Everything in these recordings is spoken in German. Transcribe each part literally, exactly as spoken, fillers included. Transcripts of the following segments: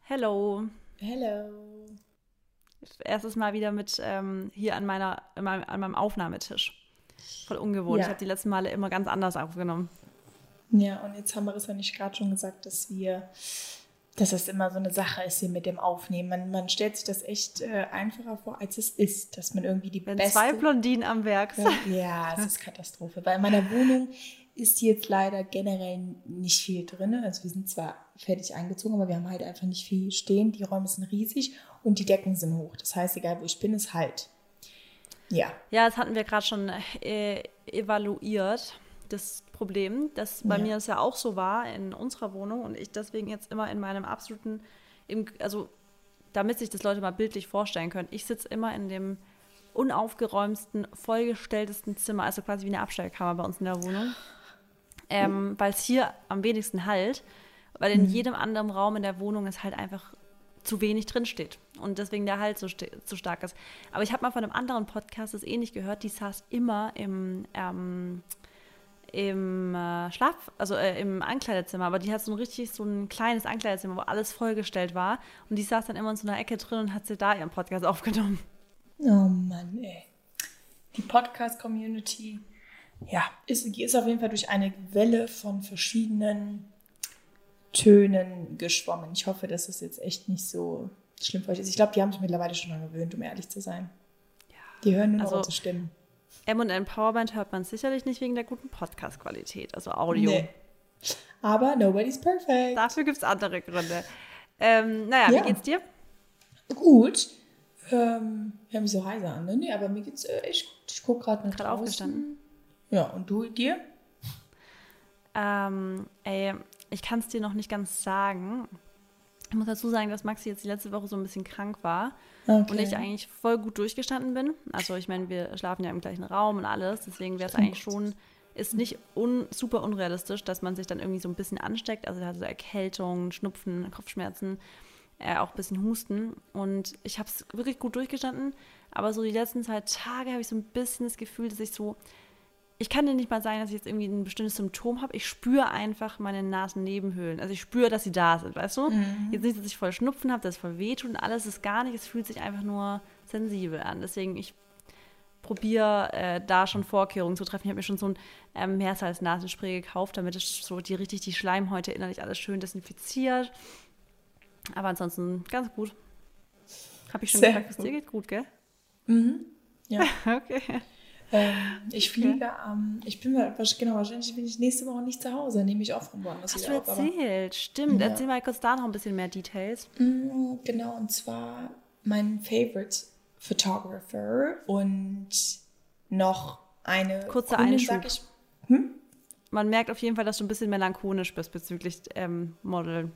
Hello. Hello. Erstes Mal wieder mit ähm, hier an, meiner, an meinem, an meinem Aufnahmetisch. Voll ungewohnt. Ja. Ich habe die letzten Male immer ganz anders aufgenommen. Ja, und jetzt haben Marissa nicht gerade schon gesagt, dass wir, dass das immer so eine Sache ist hier mit dem Aufnehmen. Man, man stellt sich das echt äh, einfacher vor, als es ist, dass man irgendwie die Wenn beste... zwei Blondinen am Werk sind. Ja, es ist Katastrophe. Weil in meiner Wohnung ist jetzt leider generell nicht viel drin. Also wir sind zwar fertig eingezogen, aber wir haben halt einfach nicht viel stehen. Die Räume sind riesig und die Decken sind hoch. Das heißt, egal wo ich bin, ist halt. Ja. Ja, das hatten wir gerade schon äh, evaluiert, das Problem, dass bei Ja. mir es ja auch so war in unserer Wohnung und ich deswegen jetzt immer in meinem absoluten, im, also damit sich das Leute mal bildlich vorstellen können, ich sitze immer in dem unaufgeräumtesten, vollgestelltesten Zimmer, also quasi wie eine Abstellkammer bei uns in der Wohnung, ähm, weil es hier am wenigsten halt, weil in Mhm. jedem anderen Raum in der Wohnung es halt einfach zu wenig drinsteht und deswegen der Halt so, st- so stark ist. Aber ich habe mal von einem anderen Podcast das ähnlich gehört, die saß immer im, ähm, im äh, Schlaf, also äh, im Ankleidezimmer, aber die hat so ein richtig, so ein kleines Ankleidezimmer, wo alles vollgestellt war und die saß dann immer in so einer Ecke drin und hat sie da ihren Podcast aufgenommen. Oh Mann, ey. Die Podcast-Community, ja, ist, ist auf jeden Fall durch eine Welle von verschiedenen Tönen geschwommen. Ich hoffe, dass es jetzt echt nicht so schlimm für euch ist. Ich glaube, die haben sich mittlerweile schon daran gewöhnt, um ehrlich zu sein. Die hören nur noch Also- unsere Stimmen. M und N Powerband hört man sicherlich nicht wegen der guten Podcast-Qualität, also Audio. Nee. Aber nobody's perfect. Dafür gibt es andere Gründe. Ähm, naja, Ja. wie geht's dir? Gut. Ähm, hör mich so heiser an, ne? Nee, aber mir geht's äh, echt gut. Ich gucke gerade nach Gerade draußen. aufgestanden. Ja, und du, dir? Ähm, ey, ich kann es dir noch nicht ganz sagen. Ich muss dazu sagen, dass Maxi jetzt die letzte Woche so ein bisschen krank war Okay. und ich eigentlich voll gut durchgestanden bin. Also ich meine, wir schlafen ja im gleichen Raum und alles, deswegen wäre es eigentlich schon, ist nicht un, super unrealistisch, dass man sich dann irgendwie so ein bisschen ansteckt. Also er hatte so Erkältung, Schnupfen, Kopfschmerzen, äh, auch ein bisschen Husten und ich habe es wirklich gut durchgestanden, aber so die letzten zwei Tage habe ich so ein bisschen das Gefühl, dass ich so, ich kann dir nicht mal sagen, dass ich jetzt irgendwie ein bestimmtes Symptom habe. Ich spüre einfach meine Nasennebenhöhlen. Also ich spüre, dass sie da sind, weißt du? Mhm. Jetzt nicht, dass ich voll Schnupfen habe, dass es voll wehtut und alles ist gar nicht. Es fühlt sich einfach nur sensibel an. Deswegen, ich probiere äh, da schon Vorkehrungen zu treffen. Ich habe mir schon so ein ähm, Mehrsalz-Nasenspray gekauft, damit es so die richtig die Schleimhäute innerlich alles schön desinfiziert. Aber ansonsten ganz gut. Habe ich schon Sehr gefragt, es dir gut. geht gut, gell? Mhm. Ja. Okay. ähm, ich fliege am, ich bin mal, genau, wahrscheinlich bin ich nächste Woche nicht zu Hause, nehme ich auch von woanders Hast du wieder auf. Aber, erzählt? Stimmt. Ja. Erzähl mal kurz da noch ein bisschen mehr Details. Mm, genau, und zwar mein Favorite Photographer und noch eine Kurzer Kundin, Einschub. sag ich. Hm? Man merkt auf jeden Fall, dass du ein bisschen melancholisch bist bezüglich ähm, Modeln.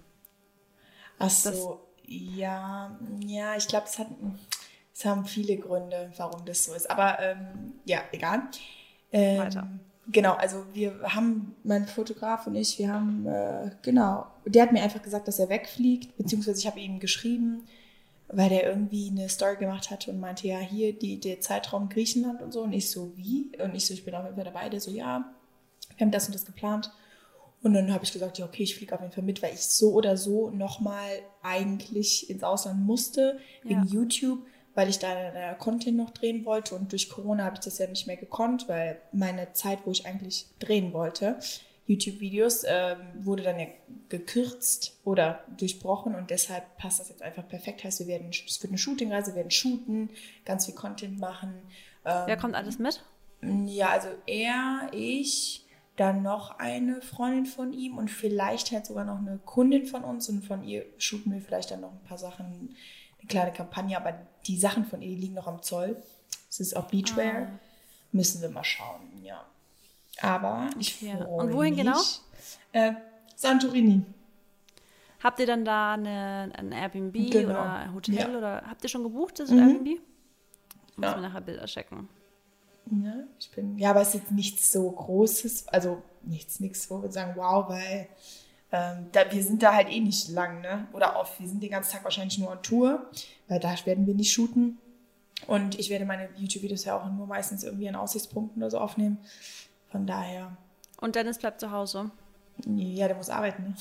Ach so, ja, ja, ich glaube, es hat, es haben viele Gründe, warum das so ist. Aber ähm, ja, egal. Ähm, Weiter. Genau, also wir haben, mein Fotograf und ich, wir haben, äh, genau, der hat mir einfach gesagt, dass er wegfliegt, beziehungsweise ich habe ihm geschrieben, weil der irgendwie eine Story gemacht hatte und meinte, ja, hier die, der Zeitraum Griechenland und so. Und ich so, wie? Und ich so, ich bin auf jeden Fall dabei. Der so, ja, wir haben das und das geplant. Und dann habe ich gesagt, ja, okay, ich fliege auf jeden Fall mit, weil ich so oder so nochmal eigentlich ins Ausland musste, wegen Ja. YouTube, weil ich da äh, Content noch drehen wollte. Und durch Corona habe ich das ja nicht mehr gekonnt, weil meine Zeit, wo ich eigentlich drehen wollte, YouTube-Videos, ähm, wurde dann ja gekürzt oder durchbrochen. Und deshalb passt das jetzt einfach perfekt. Heißt, wir werden, es wird eine Shootingreise, wir werden shooten, ganz viel Content machen. Ähm, Wer kommt alles mit? ja, also er, ich, dann noch eine Freundin von ihm und vielleicht halt sogar noch eine Kundin von uns und von ihr shooten wir vielleicht dann noch ein paar Sachen, eine kleine Kampagne, aber die Sachen von ihr liegen noch am Zoll. Es ist auch Beachwear. Ah. Müssen wir mal schauen, ja. Aber ich Okay. freue Und wohin mich. genau? Äh, Santorini. Habt ihr dann da eine, ein Airbnb Genau. oder ein Hotel Ja. oder habt ihr schon gebucht, das Mhm. Airbnb? Muss Ja. mir nachher Bilder checken. Ja, ich bin, ja, aber es ist jetzt nichts so Großes, also nichts, nichts, wo wir sagen, wow, weil ähm, da, wir sind da halt eh nicht lang, ne? Oder oft, wir sind den ganzen Tag wahrscheinlich nur on Tour, weil da werden wir nicht shooten. Und ich werde meine YouTube-Videos ja auch nur meistens irgendwie an Aussichtspunkten oder so aufnehmen. Von daher, Und Dennis bleibt zu Hause. ja, der muss arbeiten, ne?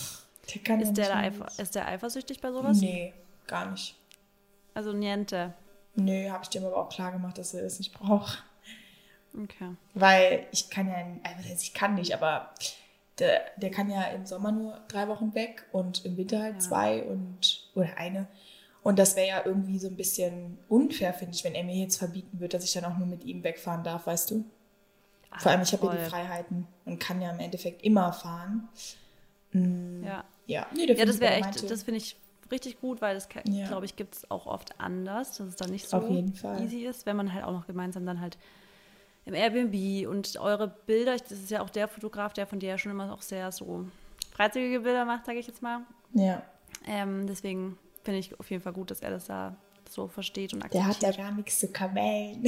Der kann ja Ist der, nicht da mehr eifer los. ist der eifersüchtig bei sowas? Nee, gar nicht. Also niente. Nö, habe ich dem aber auch klar gemacht, dass er das nicht braucht. Okay. Weil ich kann ja, also ich kann nicht, aber der, der kann ja im Sommer nur drei Wochen weg und im Winter halt Ja. zwei und oder eine. Und das wäre ja irgendwie so ein bisschen unfair, finde ich, wenn er mir jetzt verbieten würde, dass ich dann auch nur mit ihm wegfahren darf, weißt du? Ah, Vor allem, ich habe ja voll. die Freiheiten und kann ja im Endeffekt immer fahren. Mm, Ja. Ja, nee, der Ja, das Philipp, wäre der echt, meinte, das finde ich richtig gut, weil das, Ja. glaube ich, gibt es auch oft anders, dass es dann nicht so Auf jeden Fall. easy ist, wenn man halt auch noch gemeinsam dann halt im Airbnb und eure Bilder, das ist ja auch der Fotograf, der von dir ja schon immer auch sehr so freizügige Bilder macht, sage ich jetzt mal. ja, Ähm, deswegen finde ich auf jeden Fall gut, dass er das da so versteht und der akzeptiert. hat da gar nichts zu kamellen.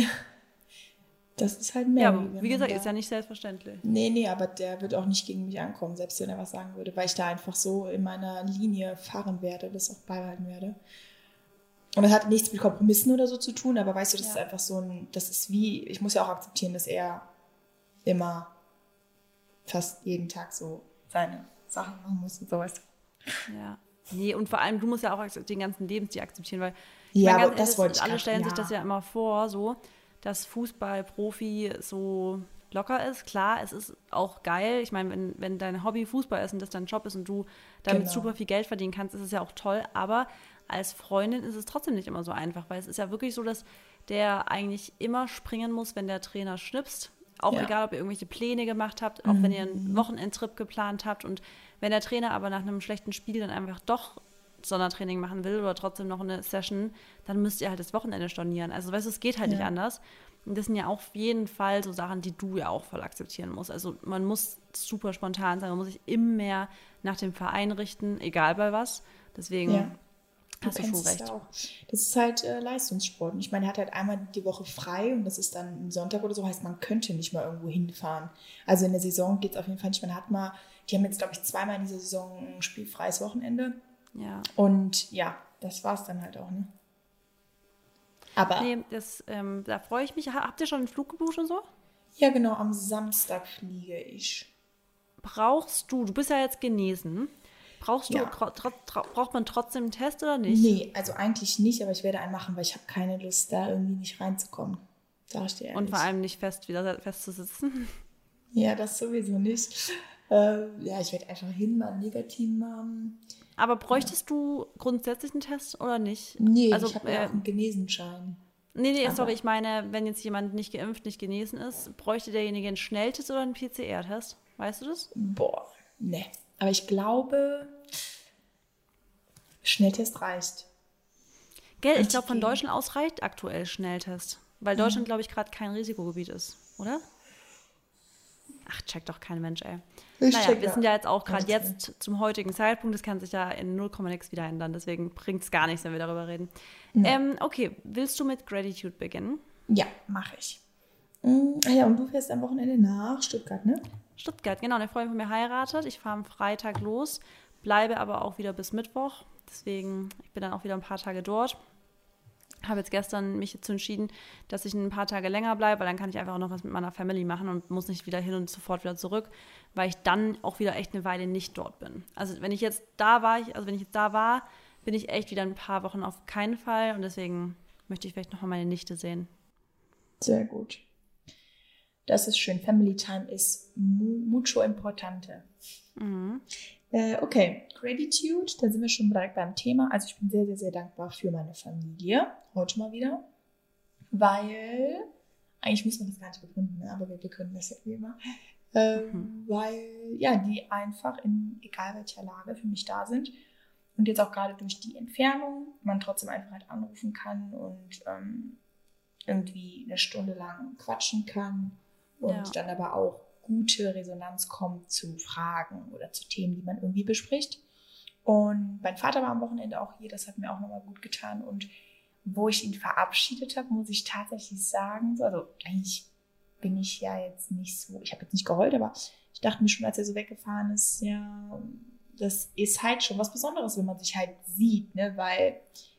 Das ist halt Ja, Mary. aber wenn wie man gesagt, da, ist ja nicht selbstverständlich. Nee, nee, aber der wird auch nicht gegen mich ankommen, selbst wenn er was sagen würde, weil ich da einfach so in meiner Linie fahren werde, das auch beibehalten werde. Und das hat nichts mit Kompromissen oder so zu tun, aber weißt du, das Ja. ist einfach so ein, das ist wie, ich muss ja auch akzeptieren, dass er immer fast jeden Tag so seine Sachen machen muss und so, weißt du. Ja. Nee, und vor allem, du musst ja auch den ganzen Lebensstil akzeptieren, weil Ja, meine, aber ganz das ehrlich, wollte ich alle grad- stellen sich ja. das ja immer vor, so, dass Fußballprofi so locker ist. Klar, es ist auch geil. Ich meine, wenn, wenn dein Hobby Fußball ist und das dein Job ist und du damit Genau. super viel Geld verdienen kannst, ist es ja auch toll. Aber als Freundin ist es trotzdem nicht immer so einfach, weil es ist ja wirklich so, dass der eigentlich immer springen muss, wenn der Trainer schnipst. Auch Ja. egal, ob ihr irgendwelche Pläne gemacht habt, auch wenn ihr einen Wochenendtrip geplant habt. Und wenn der Trainer aber nach einem schlechten Spiel dann einfach doch Sondertraining machen will oder trotzdem noch eine Session, dann müsst ihr halt das Wochenende stornieren. Also weißt du, es geht halt Ja. nicht anders. Und das sind ja auf jeden Fall so Sachen, die du ja auch voll akzeptieren musst. Also man muss super spontan sein, man muss sich immer mehr nach dem Verein richten, egal bei was. Deswegen Ja. hast du schon kennst es recht. ja auch. Das ist halt äh, Leistungssport. Und ich meine, er hat halt einmal die Woche frei und das ist dann ein Sonntag oder so, heißt, man könnte nicht mal irgendwo hinfahren. Also in der Saison geht es auf jeden Fall nicht. Man hat mal, die haben jetzt, glaube ich, zweimal in dieser Saison ein spielfreies Wochenende. Ja. Und ja, das war es dann halt auch, ne? Aber Nee, das, ähm, da freue ich mich. Ha- Habt ihr schon einen Flug gebucht und so? ja, genau, am Samstag fliege ich. Brauchst du, du bist ja jetzt genesen, brauchst du, Ja. tro- tro- tro- braucht man trotzdem einen Test oder nicht? Nee, also eigentlich nicht, aber ich werde einen machen, weil ich habe keine Lust, da irgendwie nicht reinzukommen. Sag ich dir ehrlich. Und vor allem nicht fest wieder festzusitzen. Ja, das sowieso nicht. Äh, ja, ich werde einfach hin, mal einen negativen haben. Aber bräuchtest du grundsätzlich einen Test oder nicht? Nee, also, ich habe äh, ja auch einen Genesenschein. Nee, nee, Aber- sorry, ich meine, wenn jetzt jemand nicht geimpft, nicht genesen ist, bräuchte derjenige einen Schnelltest oder einen P C R-Test? Weißt du das? Boah, ne. Aber ich glaube, Schnelltest reicht. Gell, ich glaube, von Antigen. Deutschland aus reicht aktuell Schnelltest. Weil Deutschland, glaube ich, gerade kein Risikogebiet ist, oder? Ach, checkt doch kein Mensch, ey. Ich naja, check wir ja. sind ja jetzt auch gerade Alles jetzt zum heutigen Zeitpunkt, das kann sich ja in null Komma nix wieder ändern, deswegen bringt es gar nichts, wenn wir darüber reden. Ähm, okay, willst du mit Gratitude beginnen? Ja, mache ich. Mm, ah ja, und du fährst am Wochenende nach Stuttgart, ne? Stuttgart, genau, eine Freundin von mir heiratet. Ich fahre am Freitag los, bleibe aber auch wieder bis Mittwoch. Deswegen, ich bin dann auch wieder ein paar Tage dort. Habe jetzt gestern mich dazu entschieden, dass ich ein paar Tage länger bleibe, weil dann kann ich einfach auch noch was mit meiner Family machen und muss nicht wieder hin und sofort wieder zurück, weil ich dann auch wieder echt eine Weile nicht dort bin. Also wenn ich jetzt da war, also wenn ich jetzt da war, bin ich echt wieder ein paar Wochen auf keinen Fall und deswegen möchte ich vielleicht nochmal meine Nichte sehen. Sehr gut. Das ist schön. Family Time ist mu mucho importante. Mhm. Äh, okay, Gratitude, da sind wir schon direkt beim Thema. Also ich bin sehr, sehr, sehr dankbar für meine Familie. Heute mal wieder. Weil, eigentlich muss man das gar nicht begründen, ne? Aber wir begründen das ja wie immer. Ähm, Mhm. Weil, ja, die einfach in egal welcher Lage für mich da sind. Und jetzt auch gerade durch die Entfernung man trotzdem einfach halt anrufen kann und ähm, irgendwie eine Stunde lang quatschen kann. Und Ja. dann aber auch gute Resonanz kommt zu Fragen oder zu Themen, die man irgendwie bespricht. Und mein Vater war am Wochenende auch hier, das hat mir auch nochmal gut getan. Und wo ich ihn verabschiedet habe, muss ich tatsächlich sagen, so, also eigentlich bin ich ja jetzt nicht so, ich habe jetzt nicht geheult, aber ich dachte mir schon, als er so weggefahren ist, ja, das ist halt schon was Besonderes, wenn man sich halt sieht, ne, weil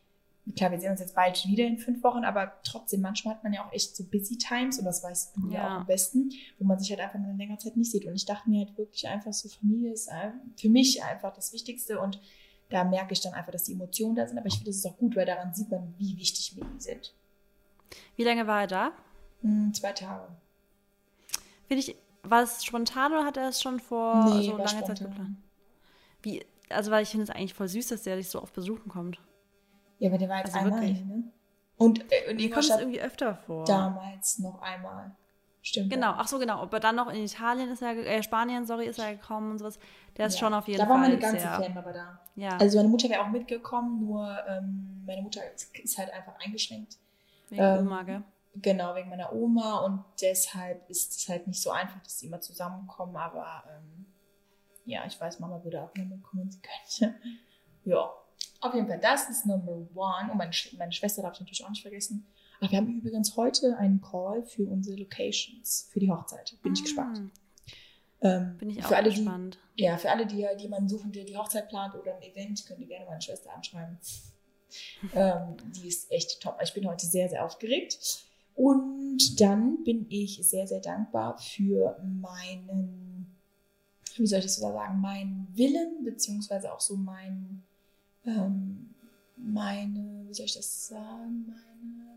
klar, wir sehen uns jetzt bald wieder in fünf Wochen, aber trotzdem, manchmal hat man ja auch echt so Busy Times und das weißt du ja, ja auch am besten, wo man sich halt einfach mal eine längere Zeit nicht sieht. Und ich dachte mir halt wirklich einfach so, Familie ist für mich einfach das Wichtigste und da merke ich dann einfach, dass die Emotionen da sind, aber ich finde, das ist auch gut, weil daran sieht man, wie wichtig mir die sind. Wie lange war er da? Hm, zwei Tage. Finde ich, war es spontan oder hat er es schon vor nee, so langer spontan. Zeit geplant? Wie, also weil ich finde es eigentlich voll süß, dass der dich so oft besuchen kommt. Ja, aber der war jetzt Also einmal wirklich. hier, ne? Und, äh, und Mir kommt es irgendwie öfter vor. Damals noch einmal. Stimmt. Genau, ja. ach so, genau. Aber dann noch in Italien ist er, äh, Spanien, sorry, ist er gekommen und sowas. Der ist ja. schon auf jeden da Fall war meine ganze sehr... Fanbaba da. Ja. Also meine Mutter wäre auch mitgekommen, nur ähm, meine Mutter ist halt einfach eingeschränkt. Wegen ähm, Oma, gell? Genau, wegen meiner Oma und deshalb ist es halt nicht so einfach, dass sie immer zusammenkommen, aber ähm, ja, ich weiß, Mama würde auch nochmal kommen, wenn sie könnte. Ja, auf jeden Fall, das ist Number One. Und meine, Sch- meine Schwester darf ich natürlich auch nicht vergessen. Ach, wir haben übrigens heute einen Call für unsere Locations, für die Hochzeit. Bin ich Ah, gespannt. Ähm, Bin ich auch für alle, gespannt. Die, ja, für alle, die, die jemanden suchen, der die Hochzeit plant oder ein Event, könnt ihr gerne meine Schwester anschreiben. ähm, die ist echt top. Ich bin heute sehr, sehr aufgeregt. Und dann bin ich sehr, sehr dankbar für meinen, wie soll ich das so sagen, meinen Willen, beziehungsweise auch so mein, ähm, meine, wie soll ich das sagen, meine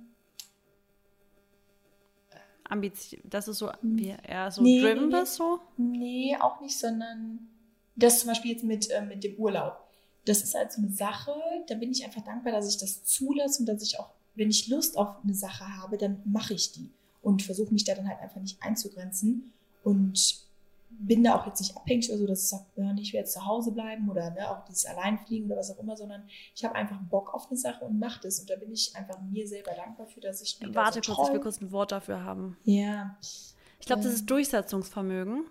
Ambition, das ist so, wie eher so Nee, driven nee, nee. bist so? Nee, auch nicht, sondern das zum Beispiel jetzt mit, äh, mit dem Urlaub. Das ist halt so eine Sache, da bin ich einfach dankbar, dass ich das zulasse und dass ich auch, wenn ich Lust auf eine Sache habe, dann mache ich die und versuche mich da dann halt einfach nicht einzugrenzen und bin da auch jetzt nicht abhängig oder so, dass ich sage, ja, ich will jetzt zu Hause bleiben oder ne, auch dieses Alleinfliegen oder was auch immer, sondern ich habe einfach Bock auf eine Sache und mache das und da bin ich einfach mir selber dankbar für, dass ich mir da Warte so kurz, ich will treu- kurz ein Wort dafür haben. Ja. Ich glaube, das Ähm. ist Durchsetzungsvermögen,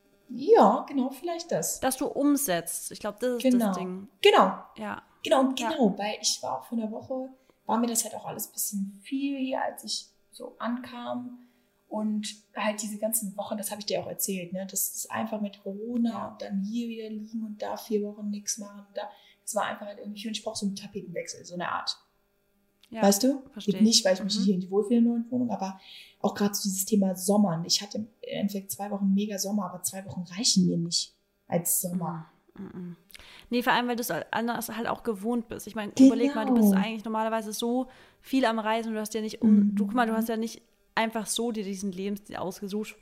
Ja, genau, vielleicht das. dass du umsetzt. Ich glaube, das ist Genau. das Ding. Genau. Ja. Genau, und Ja. genau, weil ich war auch vor einer Woche, war mir das halt auch alles ein bisschen viel hier, als ich so ankam. Und halt diese ganzen Wochen, das habe ich dir auch erzählt, ne? Das ist einfach mit Corona Ja. und dann hier wieder liegen und da vier Wochen nichts machen. Da, das war einfach halt irgendwie, und ich brauche so einen Tapetenwechsel, so eine Art. Ja, Weißt du? versteh Geht nicht, weil ich mich Mhm. hier nicht wohlfühle in der neuen Wohnung, aber auch gerade so dieses Thema Sommern. Ich hatte im Endeffekt zwei Wochen mega Sommer, aber zwei Wochen reichen mir nicht als Sommer. Mhm. Nee, vor allem, weil du es anders halt auch gewohnt bist. Ich meine, Genau. überleg mal, du bist eigentlich normalerweise so viel am Reisen und du hast ja nicht, um, Mhm. du guck mal, du hast ja nicht einfach so dir diesen Lebensstil ausgesucht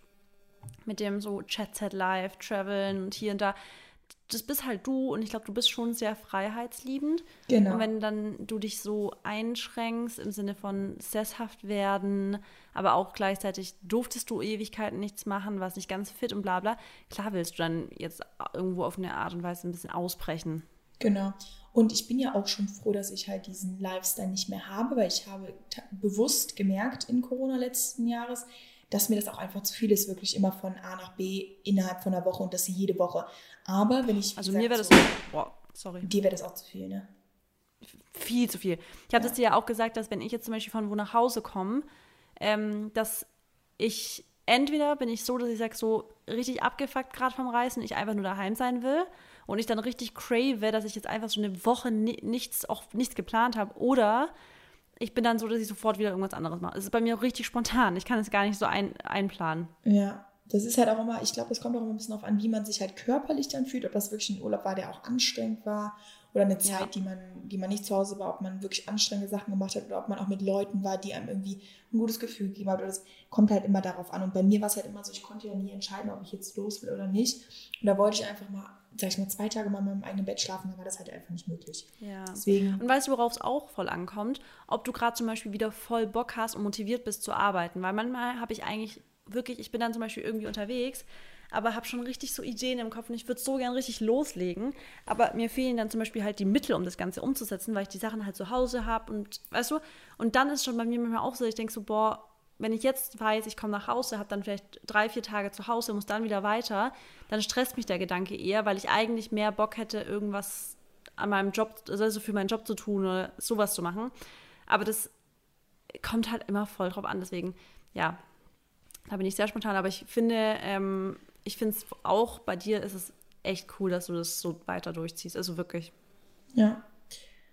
mit dem so Jet-Set-Life, Traveln und hier und da. Das bist halt du und ich glaube, du bist schon sehr freiheitsliebend. Genau. Und wenn dann du dich so einschränkst im Sinne von sesshaft werden, aber auch gleichzeitig durftest du Ewigkeiten nichts machen, warst nicht ganz fit und bla bla, klar willst du dann jetzt irgendwo auf eine Art und Weise ein bisschen ausbrechen. Genau. Und ich bin ja auch schon froh, dass ich halt diesen Lifestyle nicht mehr habe, weil ich habe ta- bewusst gemerkt in Corona letzten Jahres, dass mir das auch einfach zu viel ist, wirklich immer von A nach B innerhalb von einer Woche und das jede Woche. Aber wenn ich, wie Also gesagt, mir wäre das, so, boah, sorry, dir wäre das auch zu viel, ne? viel zu viel. Ich habe Ja. das dir ja auch gesagt, dass wenn ich jetzt zum Beispiel von wo nach Hause komme, ähm, dass ich entweder bin ich so, dass ich sage, so richtig abgefuckt gerade vom Reisen, ich einfach nur daheim sein will und ich dann richtig crave, dass ich jetzt einfach so eine Woche ni- nichts, auch nichts geplant habe, oder ich bin dann so, dass ich sofort wieder irgendwas anderes mache. Es ist bei mir auch richtig spontan. Ich kann es gar nicht so ein, einplanen. Ja, das ist halt auch immer, ich glaube, es kommt auch immer ein bisschen darauf an, wie man sich halt körperlich dann fühlt, ob das wirklich ein Urlaub war, der auch anstrengend war oder eine Zeit, Ja. die man, die man nicht zu Hause war, ob man wirklich anstrengende Sachen gemacht hat oder ob man auch mit Leuten war, die einem irgendwie ein gutes Gefühl gegeben hat. Oder das kommt halt immer darauf an. Und bei mir war es halt immer so, ich konnte ja nie entscheiden, ob ich jetzt los will oder nicht. Und da wollte ich einfach mal, sag ich mal, zwei Tage mal in meinem eigenen Bett schlafen, dann war das halt einfach nicht möglich. Ja. Deswegen, Und weißt du, worauf es auch voll ankommt? Ob du gerade zum Beispiel wieder voll Bock hast und motiviert bist zu arbeiten. Weil manchmal habe ich eigentlich wirklich, ich bin dann zum Beispiel irgendwie unterwegs, aber habe schon richtig so Ideen im Kopf und ich würde so gern richtig loslegen. Aber mir fehlen dann zum Beispiel halt die Mittel, um das Ganze umzusetzen, weil ich die Sachen halt zu Hause habe und weißt du, und dann ist schon bei mir manchmal auch so, ich denke so, boah, wenn ich jetzt weiß, ich komme nach Hause, habe dann vielleicht drei, vier Tage zu Hause, muss dann wieder weiter, dann stresst mich der Gedanke eher, weil ich eigentlich mehr Bock hätte, irgendwas an meinem Job, also für meinen Job zu tun oder sowas zu machen. Aber das kommt halt immer voll drauf an, deswegen, ja, da bin ich sehr spontan, aber ich finde, ähm, ich finde es auch, bei dir ist es echt cool, dass du das so weiter durchziehst, also wirklich. ja.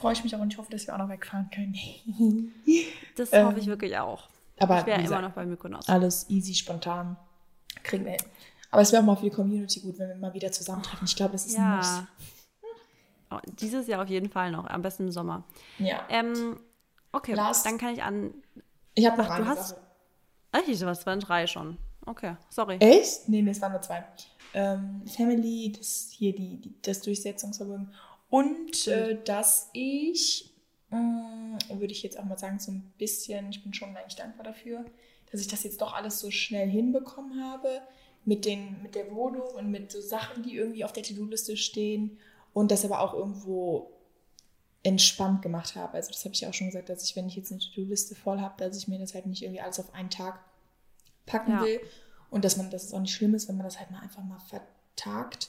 freue ich mich auch und ich hoffe, dass wir auch noch wegfahren können. Das Ähm, hoffe ich wirklich auch. Aber Ich wäre wie immer gesagt, noch bei Mykonos. alles easy, spontan. Kriegen wir hin. Aber es wäre auch mal für die Community gut, wenn wir mal wieder zusammentreffen. Ich glaube, das ist ein Muss. Ja. Oh, dieses Jahr auf jeden Fall noch, am besten im Sommer. Ja. Ähm, okay, Last. dann kann ich an. Ich habe noch Ach, eine du hast- Sache. Echt, was waren drei schon? Okay, sorry. Echt? Nee, nee, es waren nur zwei. Ähm, Family, das hier die, die das Durchsetzungsvermögen. Und äh, dass ich, mh, würde ich jetzt auch mal sagen, so ein bisschen, ich bin schon eigentlich dankbar dafür, dass ich das jetzt doch alles so schnell hinbekommen habe mit, den, mit der Wohnung und mit so Sachen, die irgendwie auf der To-Do-Liste stehen und das aber auch irgendwo entspannt gemacht habe. Also das habe ich ja auch schon gesagt, dass ich, wenn ich jetzt eine To-Do-Liste voll habe, dass ich mir das halt nicht irgendwie alles auf einen Tag packen Ja. will und dass man, dass es auch nicht schlimm ist, wenn man das halt mal einfach mal vertagt.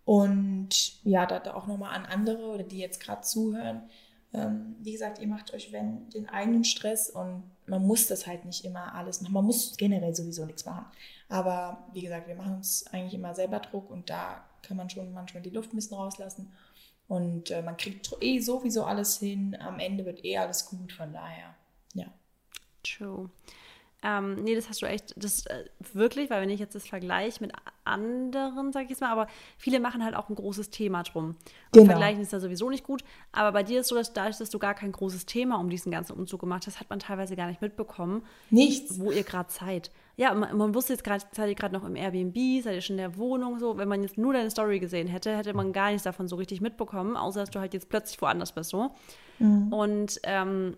Und ja, da, da auch nochmal an andere oder die jetzt gerade zuhören. Ähm, wie gesagt, ihr macht euch wenn den eigenen Stress und man muss das halt nicht immer alles machen. Man muss generell sowieso nichts machen. Aber wie gesagt, wir machen uns eigentlich immer selber Druck und da kann man schon manchmal die Luft ein bisschen rauslassen. Und äh, man kriegt eh sowieso alles hin. Am Ende wird eh alles gut, von daher, ja. True. Ähm, nee, das hast du echt, das äh, wirklich, weil wenn ich jetzt das vergleiche mit anderen, sag ich jetzt mal, aber viele machen halt auch ein großes Thema drum. Und Genau. vergleichen ist ja sowieso nicht gut, aber bei dir ist so, dass dadurch, dass du gar kein großes Thema um diesen ganzen Umzug gemacht hast, hat man teilweise gar nicht mitbekommen, Nichts. wo ihr gerade seid. Ja, man, man wusste jetzt gerade, seid ihr gerade noch im Airbnb, seid ihr schon in der Wohnung, so. Wenn man jetzt nur deine Story gesehen hätte, hätte man gar nichts davon so richtig mitbekommen, außer dass du halt jetzt plötzlich woanders bist, so. Mhm. Und ähm,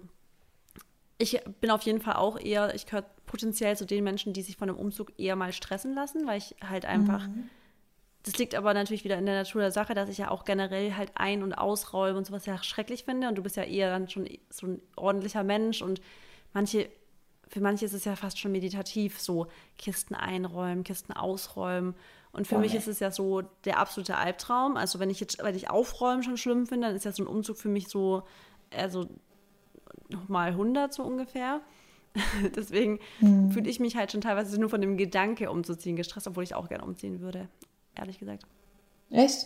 ich bin auf jeden Fall auch eher, ich gehöre potenziell zu den Menschen, die sich von einem Umzug eher mal stressen lassen, weil ich halt einfach, Mhm. das liegt aber natürlich wieder in der Natur der Sache, dass ich ja auch generell halt ein- und ausräume und sowas ja schrecklich finde und du bist ja eher dann schon so ein ordentlicher Mensch und manche, für manche ist es ja fast schon meditativ, so Kisten einräumen, Kisten ausräumen und für Boah, mich nee. ist es ja so der absolute Albtraum, also wenn ich jetzt, wenn ich Aufräumen schon schlimm finde, dann ist ja so ein Umzug für mich so, also mal hundert so ungefähr. Deswegen Mhm. fühle ich mich halt schon teilweise nur von dem Gedanke umzuziehen gestresst, obwohl ich auch gerne umziehen würde, ehrlich gesagt. Echt?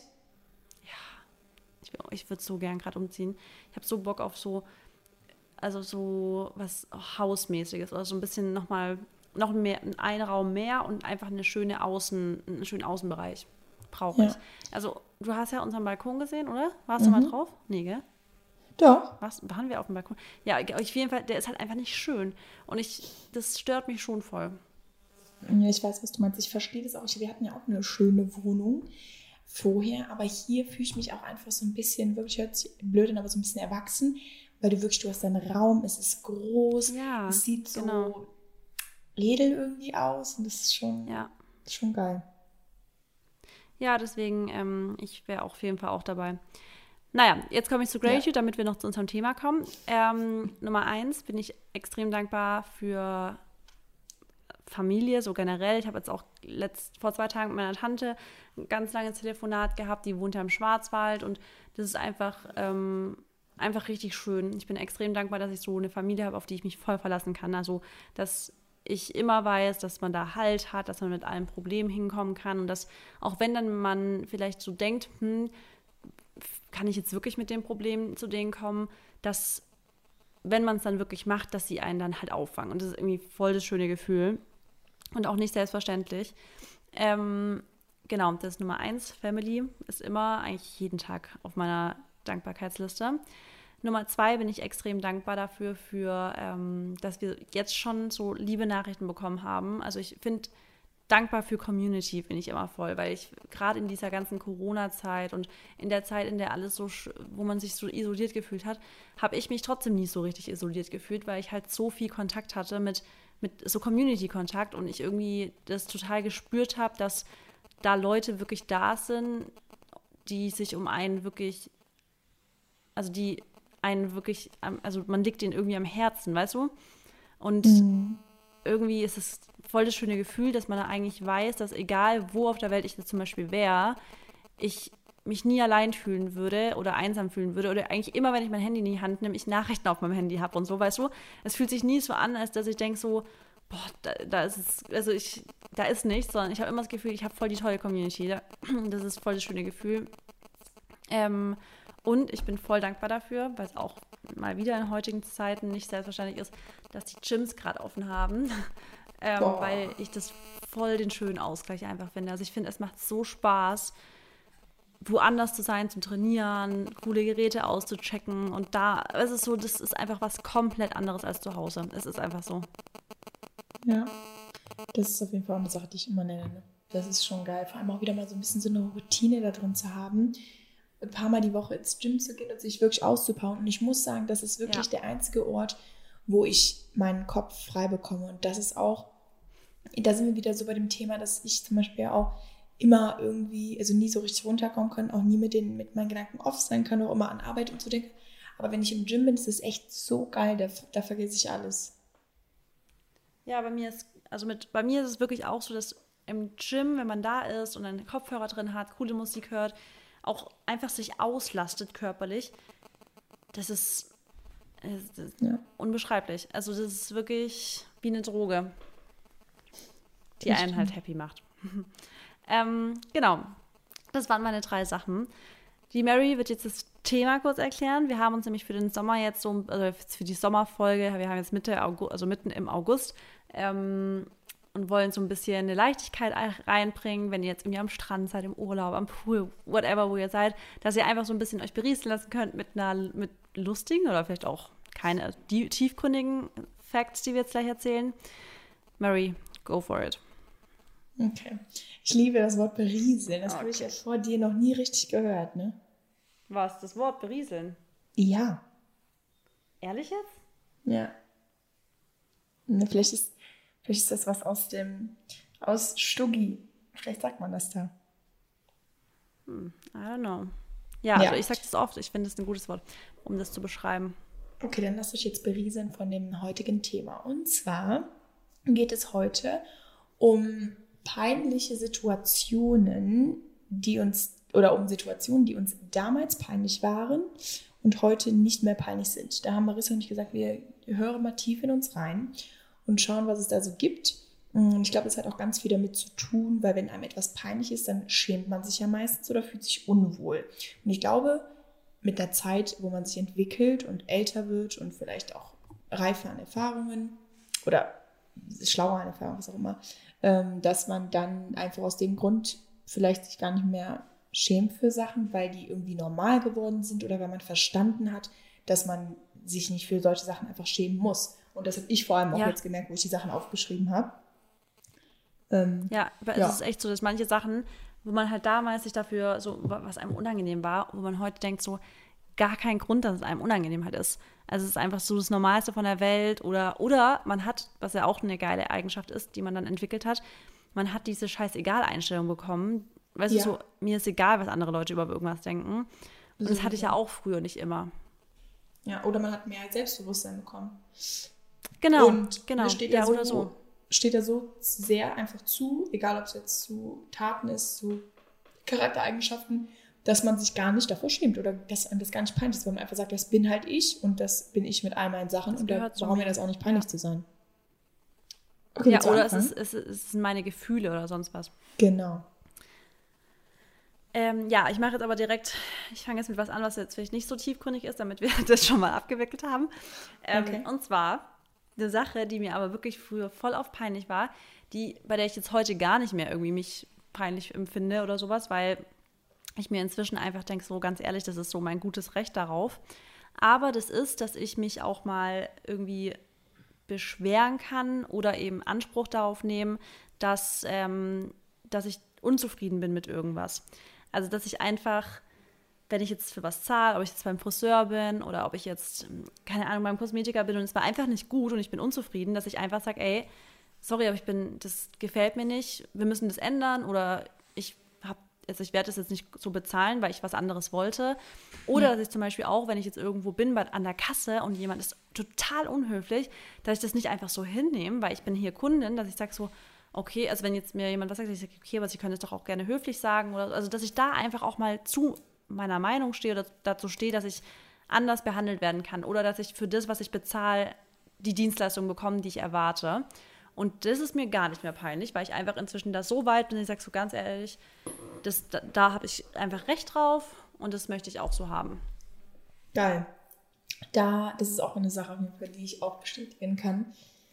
Ich, will- ich würde so gern gerade umziehen. Ich habe so Bock auf so, also so was Hausmäßiges oder so ein bisschen nochmal, noch mehr, ein Raum mehr und einfach eine schöne Außen, einen schönen Außenbereich brauche Ja. ich. Also du hast ja unseren Balkon gesehen, oder? Warst du Mhm. mal drauf? Nee, gell? Doch. Was, waren wir auf dem Balkon? Ja, auf jeden Fall, der ist halt einfach nicht schön. Und ich, das stört mich schon voll. Ja, ich weiß, was du meinst. Ich verstehe das auch. Wir hatten ja auch eine schöne Wohnung vorher, aber hier fühle ich mich auch einfach so ein bisschen, wirklich hört sich blöd an, aber so ein bisschen erwachsen, weil du wirklich, du hast deinen Raum, es ist groß, Ja, es sieht so genau. edel irgendwie aus und das ist schon, Ja, schon geil. ja deswegen, ähm, ich wäre auf jeden Fall auch dabei. Naja, jetzt komme ich zu Gratitude, Ja. damit wir noch zu unserem Thema kommen. Ähm, Nummer eins bin ich extrem dankbar für Familie, so generell. Ich habe jetzt auch letzt, vor zwei Tagen mit meiner Tante ein ganz langes Telefonat gehabt. Die wohnt ja im Schwarzwald und das ist einfach, ähm, einfach richtig schön. Ich bin extrem dankbar, dass ich so eine Familie habe, auf die ich mich voll verlassen kann. Also, dass ich immer weiß, dass man da Halt hat, dass man mit allen Problemen hinkommen kann und dass, auch wenn dann man vielleicht so denkt, hm, kann ich jetzt wirklich mit dem Problem zu denen kommen, dass, wenn man es dann wirklich macht, dass sie einen dann halt auffangen. Und das ist irgendwie voll das schöne Gefühl und auch nicht selbstverständlich. Ähm, genau, das ist Nummer eins. Family ist immer eigentlich jeden Tag auf meiner Dankbarkeitsliste. Nummer zwei bin ich extrem dankbar dafür, für, ähm, dass wir jetzt schon so liebe Nachrichten bekommen haben. Also ich finde, dankbar für Community bin ich immer voll, weil ich gerade in dieser ganzen Corona-Zeit und in der Zeit, in der alles so, wo man sich so isoliert gefühlt hat, habe ich mich trotzdem nie so richtig isoliert gefühlt, weil ich halt so viel Kontakt hatte mit, mit so Community-Kontakt und ich irgendwie das total gespürt habe, dass da Leute wirklich da sind, die sich um einen wirklich, also die einen wirklich, also man liegt denen irgendwie am Herzen, weißt du? Und Mhm. irgendwie ist es voll das schöne Gefühl, dass man da eigentlich weiß, dass egal wo auf der Welt ich jetzt zum Beispiel wäre, ich mich nie allein fühlen würde oder einsam fühlen würde oder eigentlich immer, wenn ich mein Handy in die Hand nehme, ich Nachrichten auf meinem Handy habe und so, weißt du? Es fühlt sich nie so an, als dass ich denke so, boah, da, da ist es, also ich, da ist nichts, sondern ich habe immer das Gefühl, ich habe voll die tolle Community. Das ist voll das schöne Gefühl. Ähm, Und ich bin voll dankbar dafür, weil es auch mal wieder in heutigen Zeiten nicht selbstverständlich ist, dass die Gyms gerade offen haben, ähm, weil ich das voll den schönen Ausgleich einfach finde. Also ich finde, es macht so Spaß, woanders zu sein, zum Trainieren, coole Geräte auszuchecken und da, es ist so, das ist einfach was komplett anderes als zu Hause. Es ist einfach so. Ja, das ist auf jeden Fall eine Sache, die ich immer nenne. Ne? Das ist schon geil, vor allem auch wieder mal so ein bisschen so eine Routine da drin zu haben, ein paar Mal die Woche ins Gym zu gehen und sich wirklich auszupowern. Und ich muss sagen, das ist wirklich ja. der einzige Ort, wo ich meinen Kopf frei bekomme. Und das ist auch, da sind wir wieder so bei dem Thema, dass ich zum Beispiel auch immer irgendwie, also nie so richtig runterkommen kann, auch nie mit, den, mit meinen Gedanken off sein kann, auch immer an Arbeit und so denke. Aber wenn ich im Gym bin, ist es echt so geil, da, da vergesse ich alles. Ja, bei mir ist, also mit, bei mir ist es wirklich auch so, dass im Gym, wenn man da ist und einen Kopfhörer drin hat, coole Musik hört, auch einfach sich auslastet körperlich, das ist, das ist ja. unbeschreiblich. Also das ist wirklich wie eine Droge, die das einen stimmt. halt happy macht. ähm, genau, das waren meine drei Sachen. Die Mary wird jetzt das Thema kurz erklären. Wir haben uns nämlich für den Sommer jetzt so, also für die Sommerfolge, wir haben jetzt Mitte August, also mitten im August, ähm, und wollen so ein bisschen eine Leichtigkeit reinbringen, wenn ihr jetzt irgendwie am Strand seid, im Urlaub, am Pool, whatever, wo ihr seid, dass ihr einfach so ein bisschen euch berieseln lassen könnt mit einer mit lustigen oder vielleicht auch keine die, tiefgründigen Facts, die wir jetzt gleich erzählen. Mary, go for it. Okay. Ich liebe das Wort berieseln. Das okay. habe ich ja vor dir noch nie richtig gehört, ne? Was? Das Wort berieseln? Ja. Ehrlich jetzt? Ja. Ne, vielleicht ist Vielleicht ist das was aus dem, aus Stuggi. Vielleicht sagt man das da. Hm, I don't know. Ja, ja, also ich sage das oft. Ich finde es ein gutes Wort, um das zu beschreiben. Okay, dann lasst euch jetzt berieseln von dem heutigen Thema. Und zwar geht es heute um peinliche Situationen, die uns, oder um Situationen, die uns damals peinlich waren und heute nicht mehr peinlich sind. Da haben Marissa und ich gesagt, wir hören mal tief in uns rein und schauen, was es da so gibt. Und ich glaube, das hat auch ganz viel damit zu tun, weil wenn einem etwas peinlich ist, dann schämt man sich ja meistens oder fühlt sich unwohl. Und ich glaube, mit der Zeit, wo man sich entwickelt und älter wird und vielleicht auch reifer an Erfahrungen oder schlauer an Erfahrungen, was auch immer, dass man dann einfach aus dem Grund vielleicht sich gar nicht mehr schämt für Sachen, weil die irgendwie normal geworden sind oder weil man verstanden hat, dass man sich nicht für solche Sachen einfach schämen muss. Und das habe ich vor allem auch ja. jetzt gemerkt, wo ich die Sachen aufgeschrieben habe. Ähm, ja, aber ja. es ist echt so, dass manche Sachen, wo man halt damals sich dafür, so was einem unangenehm war, wo man heute denkt, so gar keinen Grund, dass es einem unangenehm halt ist. Also es ist einfach so das Normalste von der Welt oder, oder man hat, was ja auch eine geile Eigenschaft ist, die man dann entwickelt hat, man hat diese Scheiß-Egal-Einstellung bekommen. Weißt ja. du, so, mir ist egal, was andere Leute über irgendwas denken. Und das, das hatte ich ja auch früher nicht immer. Ja, oder man hat mehr Selbstbewusstsein bekommen. Genau, und genau. Steht ja, so, oder so. Steht er so sehr einfach zu, egal ob es jetzt zu Taten ist, zu Charaktereigenschaften, dass man sich gar nicht davor schämt oder dass einem das gar nicht peinlich ist, weil man einfach sagt, das bin halt ich und das bin ich mit all meinen Sachen das und da braucht mir das auch nicht peinlich ja. zu sein. Okay, ja, oder es, ist, es, ist, es sind meine Gefühle oder sonst was. Genau. Ähm, ja, ich mache jetzt aber direkt, ich fange jetzt mit was an, was jetzt vielleicht nicht so tiefgründig ist, damit wir das schon mal abgewickelt haben. Ähm, okay. Und zwar eine Sache, die mir aber wirklich früher voll auf peinlich war, die, bei der ich jetzt heute gar nicht mehr irgendwie mich peinlich empfinde oder sowas, weil ich mir inzwischen einfach denke, so ganz ehrlich, das ist so mein gutes Recht darauf. Aber das ist, dass ich mich auch mal irgendwie beschweren kann oder eben Anspruch darauf nehmen, dass, ähm, dass ich unzufrieden bin mit irgendwas. Also, dass ich einfach, wenn ich jetzt für was zahle, ob ich jetzt beim Friseur bin oder ob ich jetzt, keine Ahnung, beim Kosmetiker bin und es war einfach nicht gut und ich bin unzufrieden, dass ich einfach sage, ey, sorry, aber ich bin, das gefällt mir nicht, wir müssen das ändern oder ich habe, also ich werde das jetzt nicht so bezahlen, weil ich was anderes wollte. Oder ja. dass ich zum Beispiel auch, wenn ich jetzt irgendwo bin bei, an der Kasse und jemand ist total unhöflich, dass ich das nicht einfach so hinnehme, weil ich bin hier Kundin, dass ich sage so, okay, also wenn jetzt mir jemand was sagt, ich sage, okay, aber Sie können es doch auch gerne höflich sagen. Oder, also dass ich da einfach auch mal zu meiner Meinung stehe oder dazu stehe, dass ich anders behandelt werden kann. Oder dass ich für das, was ich bezahle, die Dienstleistung bekomme, die ich erwarte. Und das ist mir gar nicht mehr peinlich, weil ich einfach inzwischen da so weit bin, ich sage so ganz ehrlich, das, da, da habe ich einfach Recht drauf und das möchte ich auch so haben. Geil. Da, das ist auch eine Sache, auf jeden Fall, die ich auch bestätigen kann.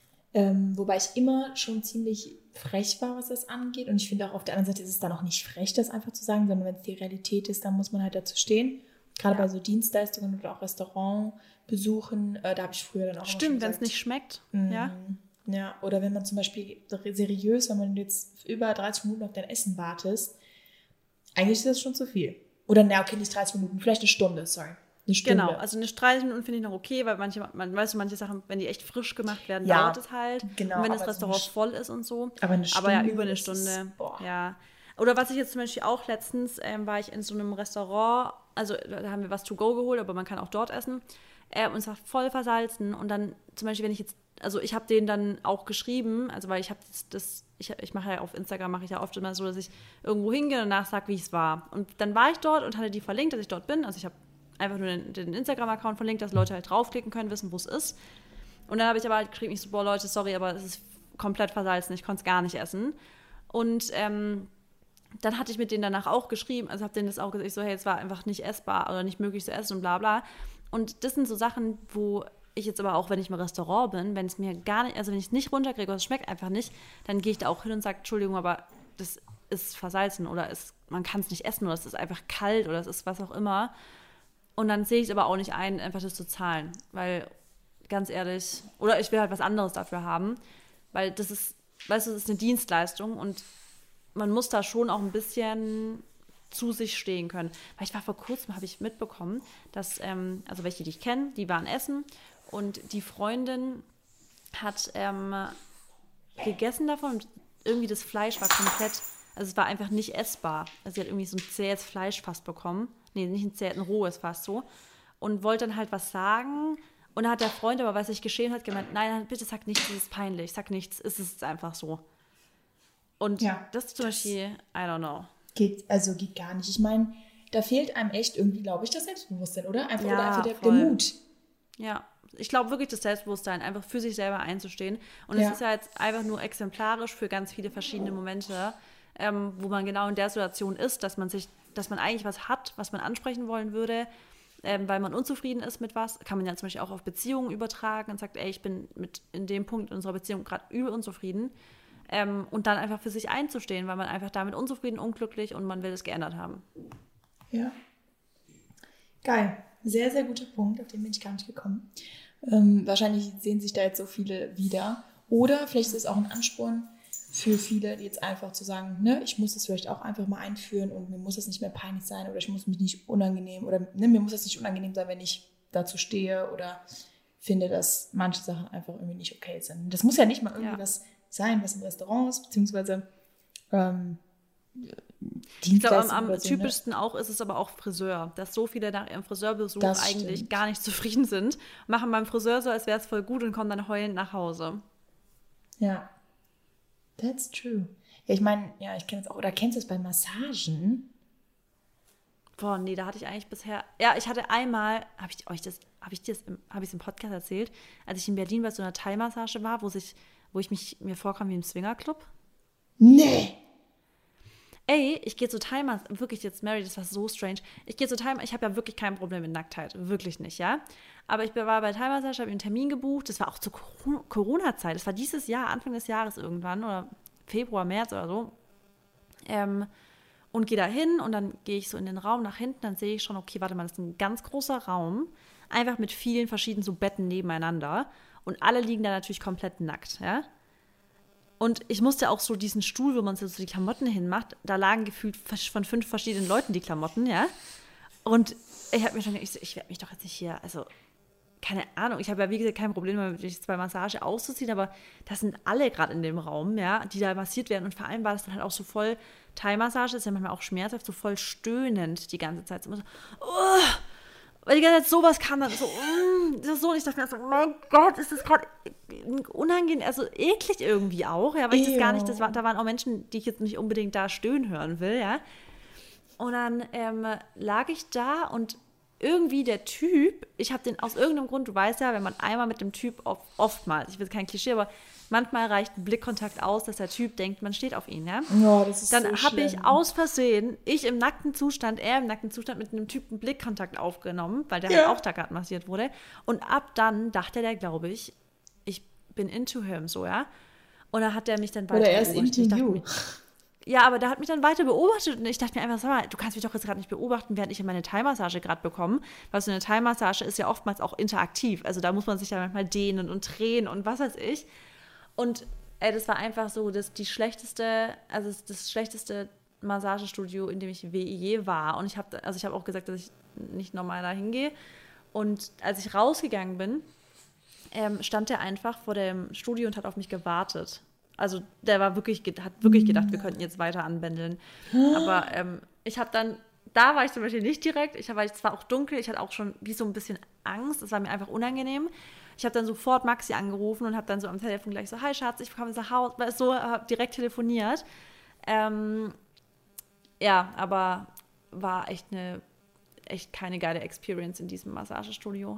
Ähm, wobei ich immer schon ziemlich frech war, was das angeht. Und ich finde auch auf der anderen Seite ist es dann auch nicht frech, das einfach zu sagen, sondern wenn es die Realität ist, dann muss man halt dazu stehen. Gerade ja. bei so Dienstleistungen oder auch Restaurantbesuchen, äh, da habe ich früher dann auch Stimmt, wenn es nicht schmeckt. Mm, ja. Ja, oder wenn man zum Beispiel seriös, wenn man jetzt über dreißig Minuten auf dein Essen wartest, eigentlich ist das schon zu viel. Oder, na okay, nicht dreißig Minuten, vielleicht eine Stunde, sorry. Eine Stunde. Genau, also eine dreißig Minuten finde ich noch okay, weil manche, man weißt du, manche Sachen, wenn die echt frisch gemacht werden, ja, dauert es halt. Genau, und wenn das aber Restaurant so voll ist und so. Aber, eine Stunde aber ja, über eine Stunde. Ist, boah. Ja. Oder was ich jetzt zum Beispiel auch letztens, ähm, war ich in so einem Restaurant, also da haben wir was to go geholt, aber man kann auch dort essen. Äh, und es war voll versalzen. Und dann zum Beispiel, wenn ich jetzt, also ich habe denen dann auch geschrieben, also weil ich habe das, das ich, ich mache ja auf Instagram, mache ich ja oft immer so, dass ich irgendwo hingehe und danach sage, wie es war. Und dann war ich dort und hatte die verlinkt, dass ich dort bin. Also ich habe einfach nur den, den Instagram-Account verlinkt, dass Leute halt draufklicken können, wissen, wo es ist. Und dann habe ich aber halt geschrieben, ich so, boah Leute, sorry, aber es ist komplett versalzen, ich konnte es gar nicht essen. Und ähm, dann hatte ich mit denen danach auch geschrieben, also habe denen das auch gesagt, ich so, hey, es war einfach nicht essbar oder nicht möglich zu essen und bla bla. Und das sind so Sachen, wo ich jetzt aber auch, wenn ich im Restaurant bin, wenn es mir gar nicht, also wenn ich es nicht runterkriege oder es schmeckt einfach nicht, dann gehe ich da auch hin und sage, Entschuldigung, aber das ist versalzen oder ist, man kann es nicht essen oder es ist einfach kalt oder es ist was auch immer. Und dann sehe ich es aber auch nicht ein, einfach das zu zahlen, weil, ganz ehrlich, oder ich will halt was anderes dafür haben, weil das ist, weißt du, das ist eine Dienstleistung und man muss da schon auch ein bisschen zu sich stehen können. Weil ich war vor kurzem, habe ich mitbekommen, dass, ähm, also welche, die ich kenne, die waren essen und die Freundin hat ähm, gegessen davon und irgendwie das Fleisch war komplett, also es war einfach nicht essbar. Also sie hat irgendwie so ein zähes Fleisch fast bekommen. Nee, nicht ein zähes, ein rohes fast so. Und wollte dann halt was sagen. Und dann hat der Freund aber, was sich geschehen hat, gemeint, nein, bitte sag nichts, das ist peinlich, sag nichts, es ist einfach so. Und ja, das ist zum Beispiel, I don't know. Geht, also geht gar nicht. Ich meine, da fehlt einem echt irgendwie, glaube ich, das Selbstbewusstsein, oder? Einfach, ja, oder einfach der, voll. der Mut. Ja, ich glaube wirklich das Selbstbewusstsein, einfach für sich selber einzustehen. Und Ja. es ist ja jetzt einfach nur exemplarisch für ganz viele verschiedene Momente, ähm, wo man genau in der Situation ist, dass man sich, dass man eigentlich was hat, was man ansprechen wollen würde, ähm, weil man unzufrieden ist mit was. Kann man ja zum Beispiel auch auf Beziehungen übertragen und sagt, ey, ich bin mit in dem Punkt in unserer Beziehung gerade übel unzufrieden. Ähm, und dann einfach für sich einzustehen, weil man einfach damit unzufrieden, unglücklich und man will es geändert haben. Ja. Geil. Sehr, sehr guter Punkt, auf den bin ich gar nicht gekommen. Ähm, wahrscheinlich sehen sich da jetzt so viele wieder. Oder vielleicht ist es auch ein Ansporn für viele, die jetzt einfach zu sagen, ne, ich muss das vielleicht auch einfach mal einführen und mir muss das nicht mehr peinlich sein oder ich muss mich nicht unangenehm oder ne, mir muss das nicht unangenehm sein, wenn ich dazu stehe oder finde, dass manche Sachen einfach irgendwie nicht okay sind. Das muss ja nicht mal irgendwie Ja. was sein, was im Restaurant ist, beziehungsweise ähm, Ich glaube, am, Dienstleistungen am oder so, typischsten auch ist es aber auch Friseur, dass so viele nach ihrem Friseurbesuch Das eigentlich stimmt. gar nicht zufrieden sind, machen beim Friseur so, als wäre es voll gut und kommen dann heulend nach Hause. Ja, that's true. Ja, ich meine, ja, ich kenne es auch, oder kennst du es bei Massagen? Boah, nee, da hatte ich eigentlich bisher, ja, ich hatte einmal, habe ich euch das, habe ich dir das im, habe ich es im Podcast erzählt, als ich in Berlin bei so einer Thai-Massage war, wo sich, wo ich mich mir vorkam wie im Swingerclub. Nee. Ey, ich gehe zu Thai, wirklich jetzt, Mary, das war so strange. Ich gehe zu Thai, ich habe ja wirklich kein Problem mit Nacktheit, wirklich nicht, ja. Aber ich war bei Thai-Massage, habe einen Termin gebucht, das war auch zur Corona-Zeit, das war dieses Jahr, Anfang des Jahres irgendwann, oder Februar, März oder so. Ähm, und gehe da hin und dann gehe ich so in den Raum nach hinten, dann sehe ich schon, okay, warte mal, das ist ein ganz großer Raum, einfach mit vielen verschiedenen so Betten nebeneinander und alle liegen da natürlich komplett nackt, ja. Und ich musste auch so diesen Stuhl, wo man so die Klamotten hinmacht, da lagen gefühlt von fünf verschiedenen Leuten die Klamotten, ja. Und ich habe mir schon gedacht, ich, so, ich werde mich doch jetzt nicht hier, also keine Ahnung, ich habe ja wie gesagt kein Problem, mich jetzt bei Massage auszuziehen, aber das sind alle gerade in dem Raum, ja, die da massiert werden. Und vor allem war das dann halt auch so voll, Thai-Massage ist ja manchmal auch schmerzhaft, so voll stöhnend die ganze Zeit. So, immer so, oh, weil die ganze Zeit sowas kam dann so, mm, das ist so, und ich dachte mir so, oh mein Gott, ist das gerade unangenehm, also eklig irgendwie auch, ja, weil ich das gar nicht, das war, da waren auch Menschen, die ich jetzt nicht unbedingt da stöhnen hören will, ja. Und dann ähm, lag ich da und irgendwie der Typ, ich habe den aus irgendeinem Grund, du weißt ja, wenn man einmal mit dem Typ, oft, oftmals, ich will kein Klischee, aber manchmal reicht ein Blickkontakt aus, dass der Typ denkt, man steht auf ihn, ja? Ja, das ist Dann so habe ich schlimm. aus Versehen, ich im nackten Zustand, er im nackten Zustand mit einem Typen Blickkontakt aufgenommen, weil der Ja. halt auch da gerade massiert wurde. Und ab dann dachte der, glaube ich, ich bin into him, so, ja? Und dann hat der mich dann weiter Oder er ist beobachtet. into Ich dachte you. mir, ja, aber der hat mich dann weiter beobachtet und ich dachte mir einfach, sag mal, du kannst mich doch jetzt gerade nicht beobachten, während ich meine Thai-Massage gerade bekomme. Weil so eine Thai-Massage ist ja oftmals auch interaktiv. Also da muss man sich ja manchmal dehnen und drehen und was weiß ich. Und ey, das war einfach so, dass die schlechteste, also das, das schlechteste Massagestudio, in dem ich je war. Und ich habe, also ich habe auch gesagt, dass ich nicht normal da hingehe. Und als ich rausgegangen bin, ähm, stand der einfach vor dem Studio und hat auf mich gewartet. Also der war wirklich, hat wirklich gedacht, wir könnten jetzt weiter anbändeln. Aber ähm, ich habe dann, da war ich zum Beispiel nicht direkt, ich war, es war auch dunkel, ich hatte auch schon wie so ein bisschen Angst, es war mir einfach unangenehm. Ich habe dann sofort Maxi angerufen und habe dann so am Telefon gleich so, hi Schatz, ich komme nach Hause, so, habe direkt telefoniert. Ähm, ja, aber war echt eine, echt keine geile Experience in diesem Massagestudio.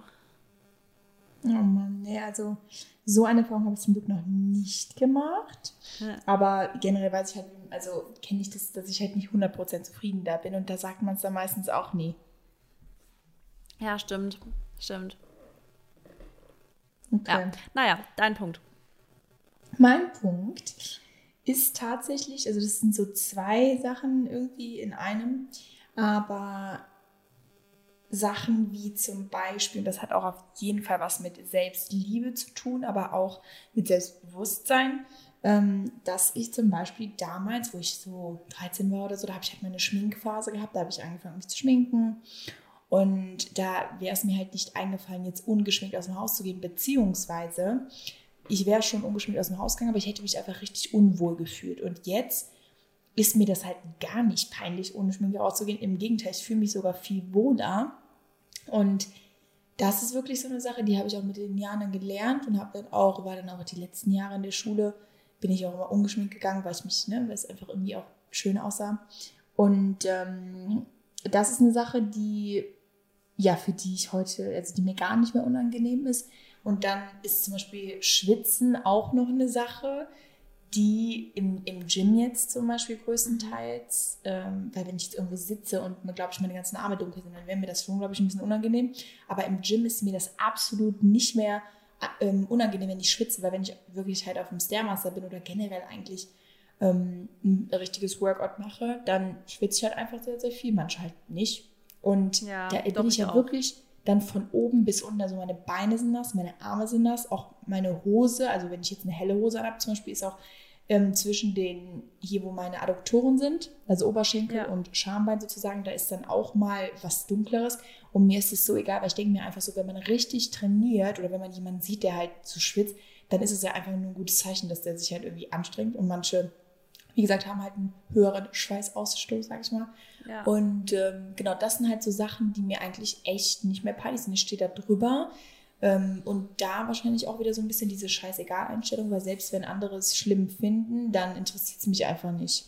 Oh Mann, nee, also so eine Erfahrung habe ich zum Glück noch nicht gemacht. Ja. Aber generell weiß ich halt, also kenne ich das, dass ich halt nicht hundert Prozent zufrieden da bin. Und da sagt man es dann meistens auch nie. Ja, stimmt, stimmt. Okay. Ja, naja, dein Punkt. Mein Punkt ist tatsächlich, also das sind so zwei Sachen irgendwie in einem, aber Sachen wie zum Beispiel, und das hat auch auf jeden Fall was mit Selbstliebe zu tun, aber auch mit Selbstbewusstsein, ähm, dass ich zum Beispiel damals, wo ich so dreizehn war oder so, da habe ich halt meine Schminkphase gehabt, da habe ich angefangen, mich zu schminken. Und da wäre es mir halt nicht eingefallen, jetzt ungeschminkt aus dem Haus zu gehen, beziehungsweise ich wäre schon ungeschminkt aus dem Haus gegangen, aber ich hätte mich einfach richtig unwohl gefühlt. Und jetzt ist mir das halt gar nicht peinlich, ohne Schminke rauszugehen. Im Gegenteil, ich fühle mich sogar viel wohler. Und das ist wirklich so eine Sache, die habe ich auch mit den Jahren dann gelernt und habe dann auch, war dann auch die letzten Jahre in der Schule, bin ich auch immer ungeschminkt gegangen, weil ich mich, ne, weil es einfach irgendwie auch schön aussah. Und ähm, das ist eine Sache, die, ja, für die ich heute, also die mir gar nicht mehr unangenehm ist. Und dann ist zum Beispiel Schwitzen auch noch eine Sache, die im, im Gym jetzt zum Beispiel größtenteils, ähm, weil wenn ich jetzt irgendwo sitze und mir, glaube ich, meine ganzen Arme dunkel sind, dann wäre mir das schon, glaube ich, ein bisschen unangenehm. Aber im Gym ist mir das absolut nicht mehr ähm, unangenehm, wenn ich schwitze, weil wenn ich wirklich halt auf dem Stairmaster bin oder generell eigentlich ähm, ein richtiges Workout mache, dann schwitze ich halt einfach sehr, sehr viel, manche halt nicht. Und Ja, da doch, bin ich ich ja auch. wirklich dann von oben bis unten, also meine Beine sind nass, meine Arme sind nass, auch meine Hose, also wenn ich jetzt eine helle Hose habe zum Beispiel, ist auch ähm, zwischen den, hier wo meine Adduktoren sind, also Oberschenkel Ja. und Schambein sozusagen, da ist dann auch mal was Dunkleres und mir ist es so egal, weil ich denke mir einfach so, wenn man richtig trainiert oder wenn man jemanden sieht, der halt so schwitzt, dann ist es ja einfach nur ein gutes Zeichen, dass der sich halt irgendwie anstrengt und manche, wie gesagt, haben halt einen höheren Schweißausstoß, sag ich mal. Ja. Und ähm, genau, das sind halt so Sachen, die mir eigentlich echt nicht mehr peinlich sind. Ich stehe da drüber ähm, und da wahrscheinlich auch wieder so ein bisschen diese Scheißegal-Einstellung, weil selbst wenn andere es schlimm finden, dann interessiert es mich einfach nicht.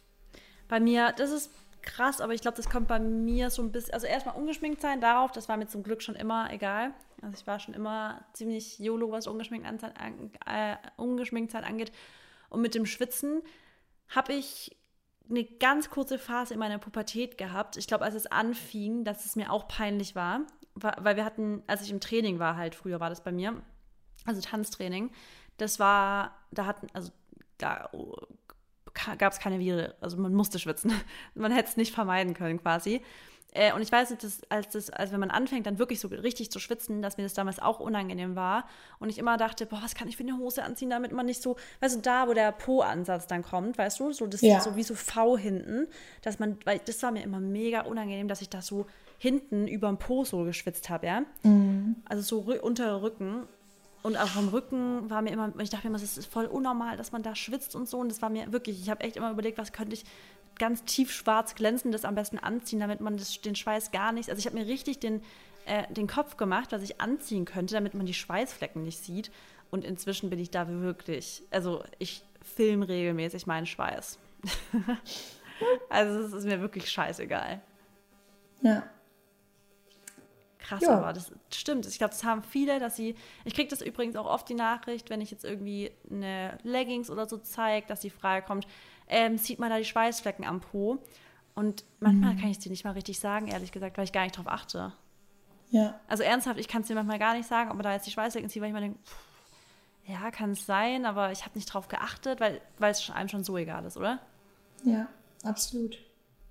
Bei mir, das ist krass, aber ich glaube, das kommt bei mir so ein bisschen, also erstmal ungeschminkt sein darauf, das war mir zum Glück schon immer egal. Also ich war schon immer ziemlich YOLO, was ungeschminkt, an, äh, ungeschminkt sein angeht. Und mit dem Schwitzen habe ich eine ganz kurze Phase in meiner Pubertät gehabt. Ich glaube, als es anfing, dass es mir auch peinlich war, weil wir hatten, als ich im Training war halt, früher war das bei mir, also Tanztraining, das war, da hatten, also da gab es keine Viren, also man musste schwitzen. Man hätte es nicht vermeiden können quasi. Äh, und ich weiß nicht, dass, als, das, als wenn man anfängt, dann wirklich so richtig zu schwitzen, dass mir das damals auch unangenehm war. Und ich immer dachte, boah, was kann ich für eine Hose anziehen, damit man nicht so, weißt du, da, wo der Po-Ansatz dann kommt, weißt du, so das Ja. so wie so V hinten, dass man, weil das war mir immer mega unangenehm, dass ich da so hinten über dem Po so geschwitzt habe, ja. Mhm. Also so rü- unter Rücken. Und auch vom Rücken war mir immer, ich dachte mir immer, das ist voll unnormal, dass man da schwitzt und so. Und das war mir wirklich, ich habe echt immer überlegt, was könnte ich ganz tief schwarz glänzendes am besten anziehen, damit man das, den Schweiß gar nicht, also ich habe mir richtig den, äh, den Kopf gemacht, was ich anziehen könnte, damit man die Schweißflecken nicht sieht. Und inzwischen bin ich da wirklich, also ich filme regelmäßig meinen Schweiß. Also es ist mir wirklich scheißegal. Ja. Krass, Ja. aber das stimmt. Ich glaube, das haben viele, dass sie. Ich kriege das übrigens auch oft die Nachricht, wenn ich jetzt irgendwie eine Leggings oder so zeige, dass die Frage kommt, ähm, sieht man da die Schweißflecken am Po? Und manchmal kann ich es dir nicht mal richtig sagen, ehrlich gesagt, weil ich gar nicht drauf achte. Ja. Also ernsthaft, ich kann es dir manchmal gar nicht sagen, ob man da jetzt die Schweißflecken sieht, weil ich mir denke, pff, ja, kann es sein, aber ich habe nicht drauf geachtet, weil weil es einem schon so egal ist, oder? Ja, absolut.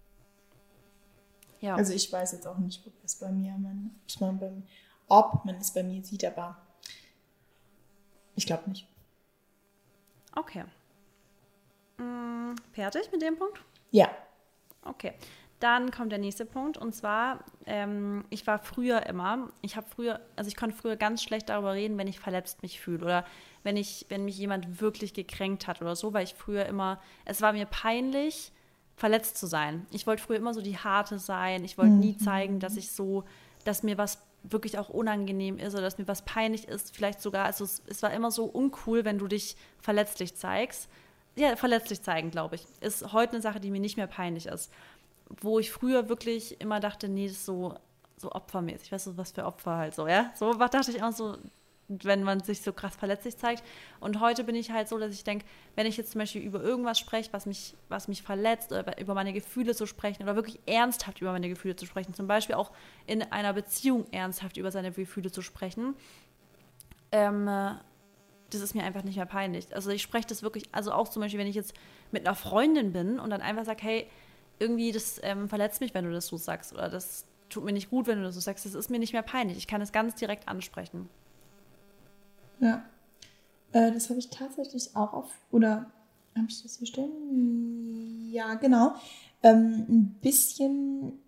Ja. Also ich weiß jetzt auch nicht, ob es bei mir, man, ob man beim, ob man es bei mir sieht, aber ich glaube nicht. Okay. Mm, fertig mit dem Punkt? Ja. Okay. Dann kommt der nächste Punkt und zwar, ähm, ich war früher immer, ich habe früher, also ich konnte früher ganz schlecht darüber reden, wenn ich verletzt mich fühle oder wenn ich, wenn mich jemand wirklich gekränkt hat oder so, weil ich früher immer, es war mir peinlich, verletzt zu sein. Ich wollte früher immer so die Harte sein, ich wollte Mhm. nie zeigen, dass ich so, dass mir was wirklich auch unangenehm ist oder dass mir was peinlich ist, vielleicht sogar, also es, es war immer so uncool, wenn du dich verletzlich zeigst. Ja, verletzlich zeigen, glaube ich, ist heute eine Sache, die mir nicht mehr peinlich ist. Wo ich früher wirklich immer dachte, nee, das ist so, so opfermäßig, weißt du, was für Opfer halt so, ja? So dachte ich immer so, wenn man sich so krass verletzlich zeigt. Und heute bin ich halt so, dass ich denke, wenn ich jetzt zum Beispiel über irgendwas spreche, was mich, was mich verletzt, oder über meine Gefühle zu sprechen oder wirklich ernsthaft über meine Gefühle zu sprechen, zum Beispiel auch in einer Beziehung ernsthaft über seine Gefühle zu sprechen, ähm, das ist mir einfach nicht mehr peinlich. Also ich spreche das wirklich, also auch zum Beispiel, wenn ich jetzt mit einer Freundin bin und dann einfach sage, hey, irgendwie, das ähm, verletzt mich, wenn du das so sagst. Oder das tut mir nicht gut, wenn du das so sagst. Das ist mir nicht mehr peinlich. Ich kann es ganz direkt ansprechen. Ja. Äh, das habe ich tatsächlich auch auf, oder habe ich das hier stehen? Ja, genau. Ähm, ein bisschen,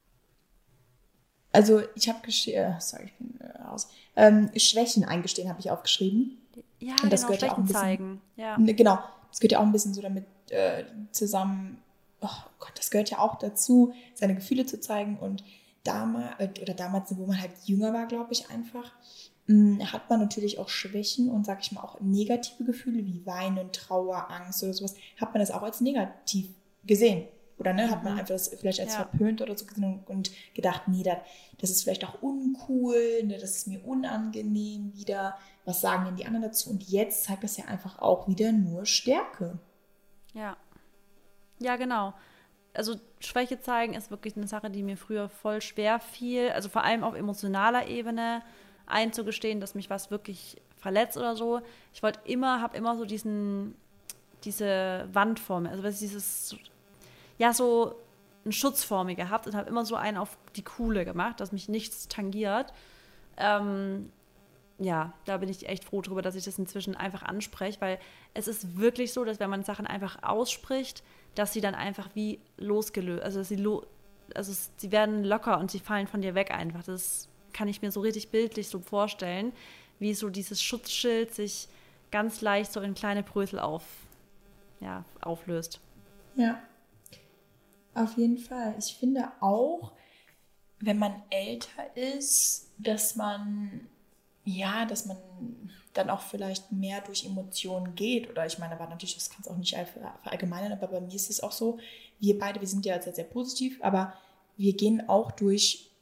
also ich habe geschrieben, äh, sorry, ich bin äh, raus. Ähm, Schwächen eingestehen habe ich aufgeschrieben. Ja, Und das genau, gehört ja auch Schwächen ein bisschen, zeigen. Ja. Ne, genau, das gehört ja auch ein bisschen so damit äh, zusammen, oh Gott, das gehört ja auch dazu, seine Gefühle zu zeigen. Und damals, oder damals, wo man halt jünger war, glaube ich einfach, mh, hat man natürlich auch Schwächen und, sag ich mal, auch negative Gefühle wie Weinen, Trauer, Angst oder sowas, hat man das auch als negativ gesehen. Oder ne, hat man einfach das vielleicht als Ja. verpönt oder so gesehen und gedacht, nee, das, das ist vielleicht auch uncool, ne, das ist mir unangenehm wieder. Was sagen denn die anderen dazu? Und jetzt zeigt das ja einfach auch wieder nur Stärke. Ja. Ja, genau. Also Schwäche zeigen ist wirklich eine Sache, die mir früher voll schwer fiel. Also vor allem auf emotionaler Ebene einzugestehen, dass mich was wirklich verletzt oder so. Ich wollte immer, habe immer so diesen, diese Wand vor mir, also dieses, ja, so einen Schutz vor mir gehabt und habe immer so einen auf die Coole gemacht, dass mich nichts tangiert. Ähm, ja, da bin ich echt froh drüber, dass ich das inzwischen einfach anspreche, weil es ist wirklich so, dass wenn man Sachen einfach ausspricht, dass sie dann einfach wie losgelöst, also sie, lo, also sie werden locker und sie fallen von dir weg einfach. Das kann ich mir so richtig bildlich so vorstellen, wie so dieses Schutzschild sich ganz leicht so in kleine Brösel auf, ja, auflöst. Ja, auf jeden Fall. Ich finde auch, wenn man älter ist, dass man, ja, dass man dann auch vielleicht mehr durch Emotionen geht. Oder ich meine, aber natürlich, das kann es auch nicht verallgemeinern, aber bei mir ist es auch so, wir beide, wir sind ja sehr, sehr positiv, aber wir gehen auch durch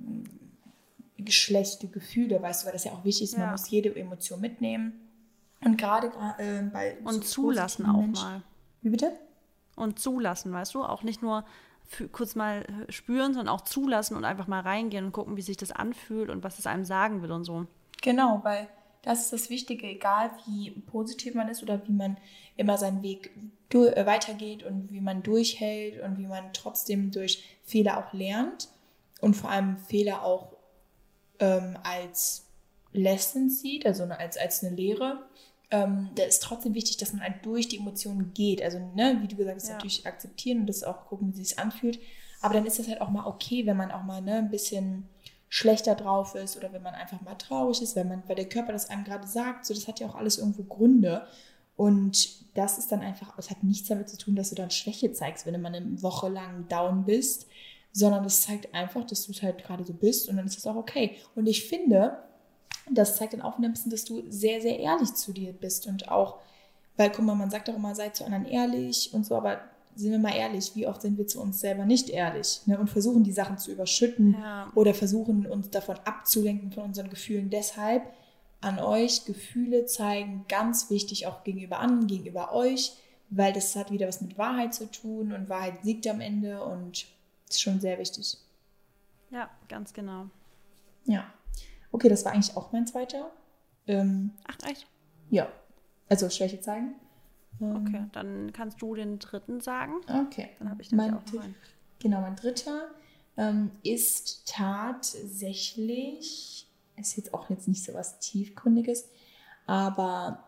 schlechte Gefühle, weißt du, weil das ja auch wichtig ist, Ja. man muss jede Emotion mitnehmen. Und gerade äh, bei Und so zulassen positiven auch Menschen- mal. Wie bitte? Und zulassen, weißt du? Auch nicht nur für, kurz mal spüren, sondern auch zulassen und einfach mal reingehen und gucken, wie sich das anfühlt und was es einem sagen will und so. Genau, weil das ist das Wichtige, egal wie positiv man ist oder wie man immer seinen Weg du- äh, weitergeht und wie man durchhält und wie man trotzdem durch Fehler auch lernt und vor allem Fehler auch ähm, als Lesson sieht, also als, als eine Lehre. Ähm, da ist trotzdem wichtig, dass man halt durch die Emotionen geht. Also, ne, wie du gesagt hast, Ja. natürlich akzeptieren und das auch gucken, wie es sich anfühlt. Aber dann ist das halt auch mal okay, wenn man auch mal ne, ein bisschen schlechter drauf ist oder wenn man einfach mal traurig ist, wenn man, weil der Körper das einem gerade sagt, so, das hat ja auch alles irgendwo Gründe. Und das ist dann einfach, es hat nichts damit zu tun, dass du dann Schwäche zeigst, wenn du mal eine Woche lang down bist, sondern das zeigt einfach, dass du es halt gerade so bist und dann ist das auch okay. Und ich finde, das zeigt dann auch ein bisschen, dass du sehr, sehr ehrlich zu dir bist und auch, weil, guck mal, man sagt doch immer, sei zu anderen ehrlich und so, aber sind wir mal ehrlich, wie oft sind wir zu uns selber nicht ehrlich, ne? Und versuchen die Sachen zu überschütten ja. oder versuchen uns davon abzulenken von unseren Gefühlen. Deshalb an euch, Gefühle zeigen, ganz wichtig auch gegenüber anderen, gegenüber euch, weil das hat wieder was mit Wahrheit zu tun und Wahrheit siegt am Ende und ist schon sehr wichtig. Ja, ganz genau. Ja. Okay, das war eigentlich auch mein zweiter. Ähm, Ach, echt? Ja. Also Schwäche zeigen. Ähm, okay, dann kannst du den dritten sagen. Okay. Dann habe ich nämlich auch noch einen. Genau, mein dritter ähm, ist tatsächlich, ist jetzt auch jetzt nicht so was Tiefgründiges, aber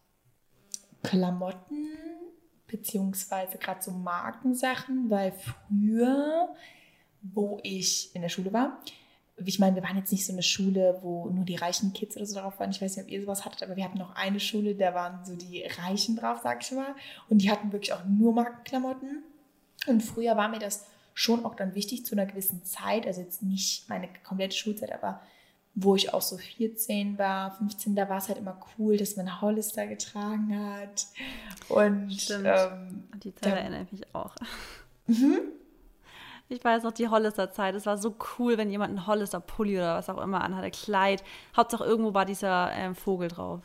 Klamotten beziehungsweise gerade so Markensachen, weil früher, wo ich in der Schule war, ich meine, wir waren jetzt nicht so eine Schule, wo nur die reichen Kids oder so drauf waren. Ich weiß nicht, ob ihr sowas hattet, aber wir hatten noch eine Schule, da waren so die Reichen drauf, sag ich mal. Und die hatten wirklich auch nur Markenklamotten. Und früher war mir das schon auch dann wichtig zu einer gewissen Zeit, also jetzt nicht meine komplette Schulzeit, aber wo ich auch so vierzehn war, fünfzehn, da war es halt immer cool, dass man Hollister getragen hat. Und Stimmt. Ähm, An die Zeit erinnere ich mich auch. Mhm. Ich weiß noch, die Hollister-Zeit, es war so cool, wenn jemand einen Hollister-Pulli oder was auch immer anhatte, Kleid. Hauptsache irgendwo war dieser ähm, Vogel drauf.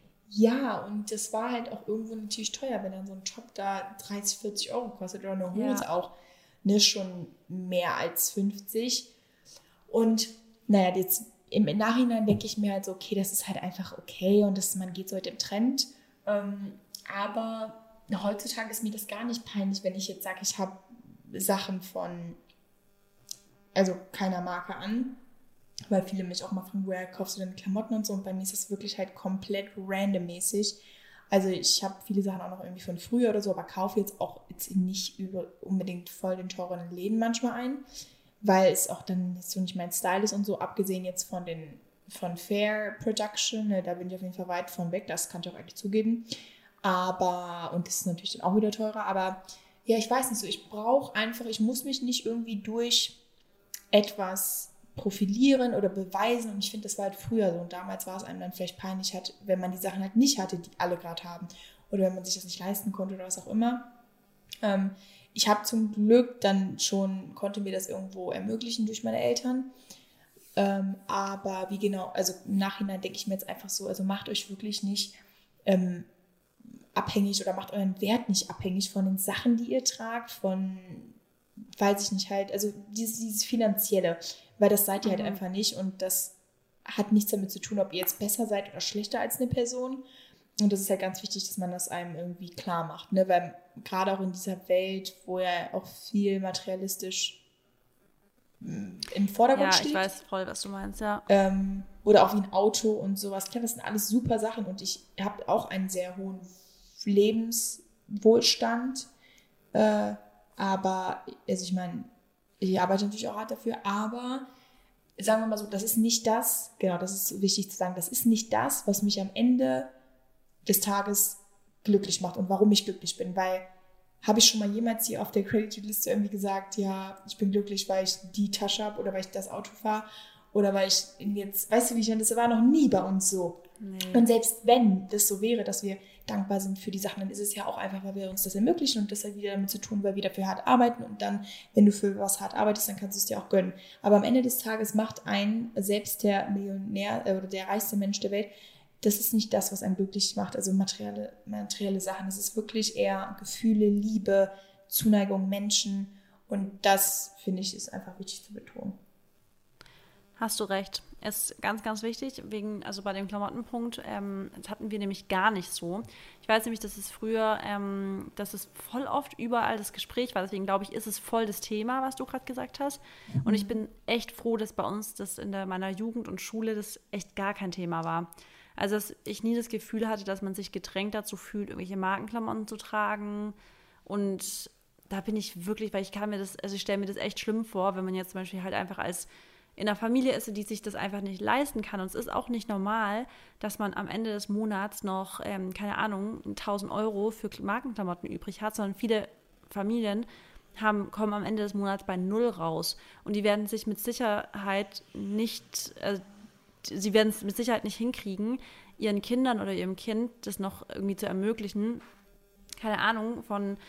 Ja, und das war halt auch irgendwo natürlich teuer, wenn dann so ein Top da dreißig, vierzig Euro kostet oder eine Hose ja. auch, ne, schon mehr als fünfzig. Und naja, jetzt im Nachhinein denke ich mir halt so, okay, das ist halt einfach okay und das, man geht so halt im Trend. Ähm, aber heutzutage ist mir das gar nicht peinlich, wenn ich jetzt sage, ich habe Sachen von, also keiner Marke an, weil viele mich auch mal fragen, woher kaufst du denn Klamotten und so, und bei mir ist das wirklich halt komplett randommäßig. Also ich habe viele Sachen auch noch irgendwie von früher oder so, aber kaufe jetzt auch jetzt nicht über unbedingt voll den teuren Läden manchmal ein, weil es auch dann jetzt so nicht mein Style ist und so, abgesehen jetzt von den von Fair Production, ne, da bin ich auf jeden Fall weit von weg, das kann ich auch eigentlich zugeben, aber, und das ist natürlich dann auch wieder teurer, aber ja, ich weiß nicht so, ich brauche einfach, ich muss mich nicht irgendwie durch etwas profilieren oder beweisen, und ich finde, das war halt früher so und damals war es einem dann vielleicht peinlich, halt, wenn man die Sachen halt nicht hatte, die alle gerade haben, oder wenn man sich das nicht leisten konnte oder was auch immer. Ähm, ich habe zum Glück dann schon, konnte mir das irgendwo ermöglichen durch meine Eltern, ähm, aber wie genau, also im Nachhinein denke ich mir jetzt einfach so, also macht euch wirklich nicht ähm, abhängig oder macht euren Wert nicht abhängig von den Sachen, die ihr tragt, von, weiß ich nicht, halt, also dieses, dieses Finanzielle, weil das seid ihr halt mhm. einfach nicht, und das hat nichts damit zu tun, ob ihr jetzt besser seid oder schlechter als eine Person, und das ist halt ganz wichtig, dass man das einem irgendwie klar macht, ne, weil gerade auch in dieser Welt, wo ja auch viel materialistisch im Vordergrund steht. Ja, ich weiß voll, was du meinst, ja. Ähm, oder auch wie ein Auto und sowas. Klar, das sind alles super Sachen, und ich habe auch einen sehr hohen Lebenswohlstand, äh, aber, also ich meine, ich arbeite natürlich auch hart dafür, aber sagen wir mal so, das ist nicht das, genau, das ist wichtig zu sagen, das ist nicht das, was mich am Ende des Tages glücklich macht und warum ich glücklich bin, weil habe ich schon mal jemals hier auf der Credit-Liste irgendwie gesagt, ja, ich bin glücklich, weil ich die Tasche habe oder weil ich das Auto fahre oder weil ich jetzt, weißt du, wie ich meine, das war noch nie bei uns so. Nee. Und selbst wenn das so wäre, dass wir dankbar sind für die Sachen, dann ist es ja auch einfach, weil wir uns das ermöglichen, und das hat wieder damit zu tun, weil wir dafür hart arbeiten, und dann, wenn du für was hart arbeitest, dann kannst du es dir auch gönnen. Aber am Ende des Tages macht ein, selbst der Millionär äh, oder der reichste Mensch der Welt, das ist nicht das, was einen glücklich macht, also materielle, materielle Sachen. Es ist wirklich eher Gefühle, Liebe, Zuneigung, Menschen, und das, finde ich, ist einfach wichtig zu betonen. Hast du recht. Ist ganz, ganz wichtig, wegen, also bei dem Klamottenpunkt, ähm, das hatten wir nämlich gar nicht so. Ich weiß nämlich, dass es früher, ähm, dass es voll oft überall das Gespräch war, deswegen glaube ich, ist es voll das Thema, was du gerade gesagt hast. Mhm. Und ich bin echt froh, dass bei uns das in der, meiner Jugend und Schule das echt gar kein Thema war. Also, dass ich nie das Gefühl hatte, dass man sich gedrängt dazu fühlt, irgendwelche Markenklamotten zu tragen. Und da bin ich wirklich, weil ich kann mir das, also ich stelle mir das echt schlimm vor, wenn man jetzt zum Beispiel halt einfach als in einer Familie ist, die sich das einfach nicht leisten kann. Und es ist auch nicht normal, dass man am Ende des Monats noch, ähm, keine Ahnung, tausend Euro für Markenklamotten übrig hat, sondern viele Familien haben, kommen am Ende des Monats bei null raus. Und die werden sich mit Sicherheit nicht, äh, sie werden es mit Sicherheit nicht hinkriegen, ihren Kindern oder ihrem Kind das noch irgendwie zu ermöglichen, keine Ahnung, von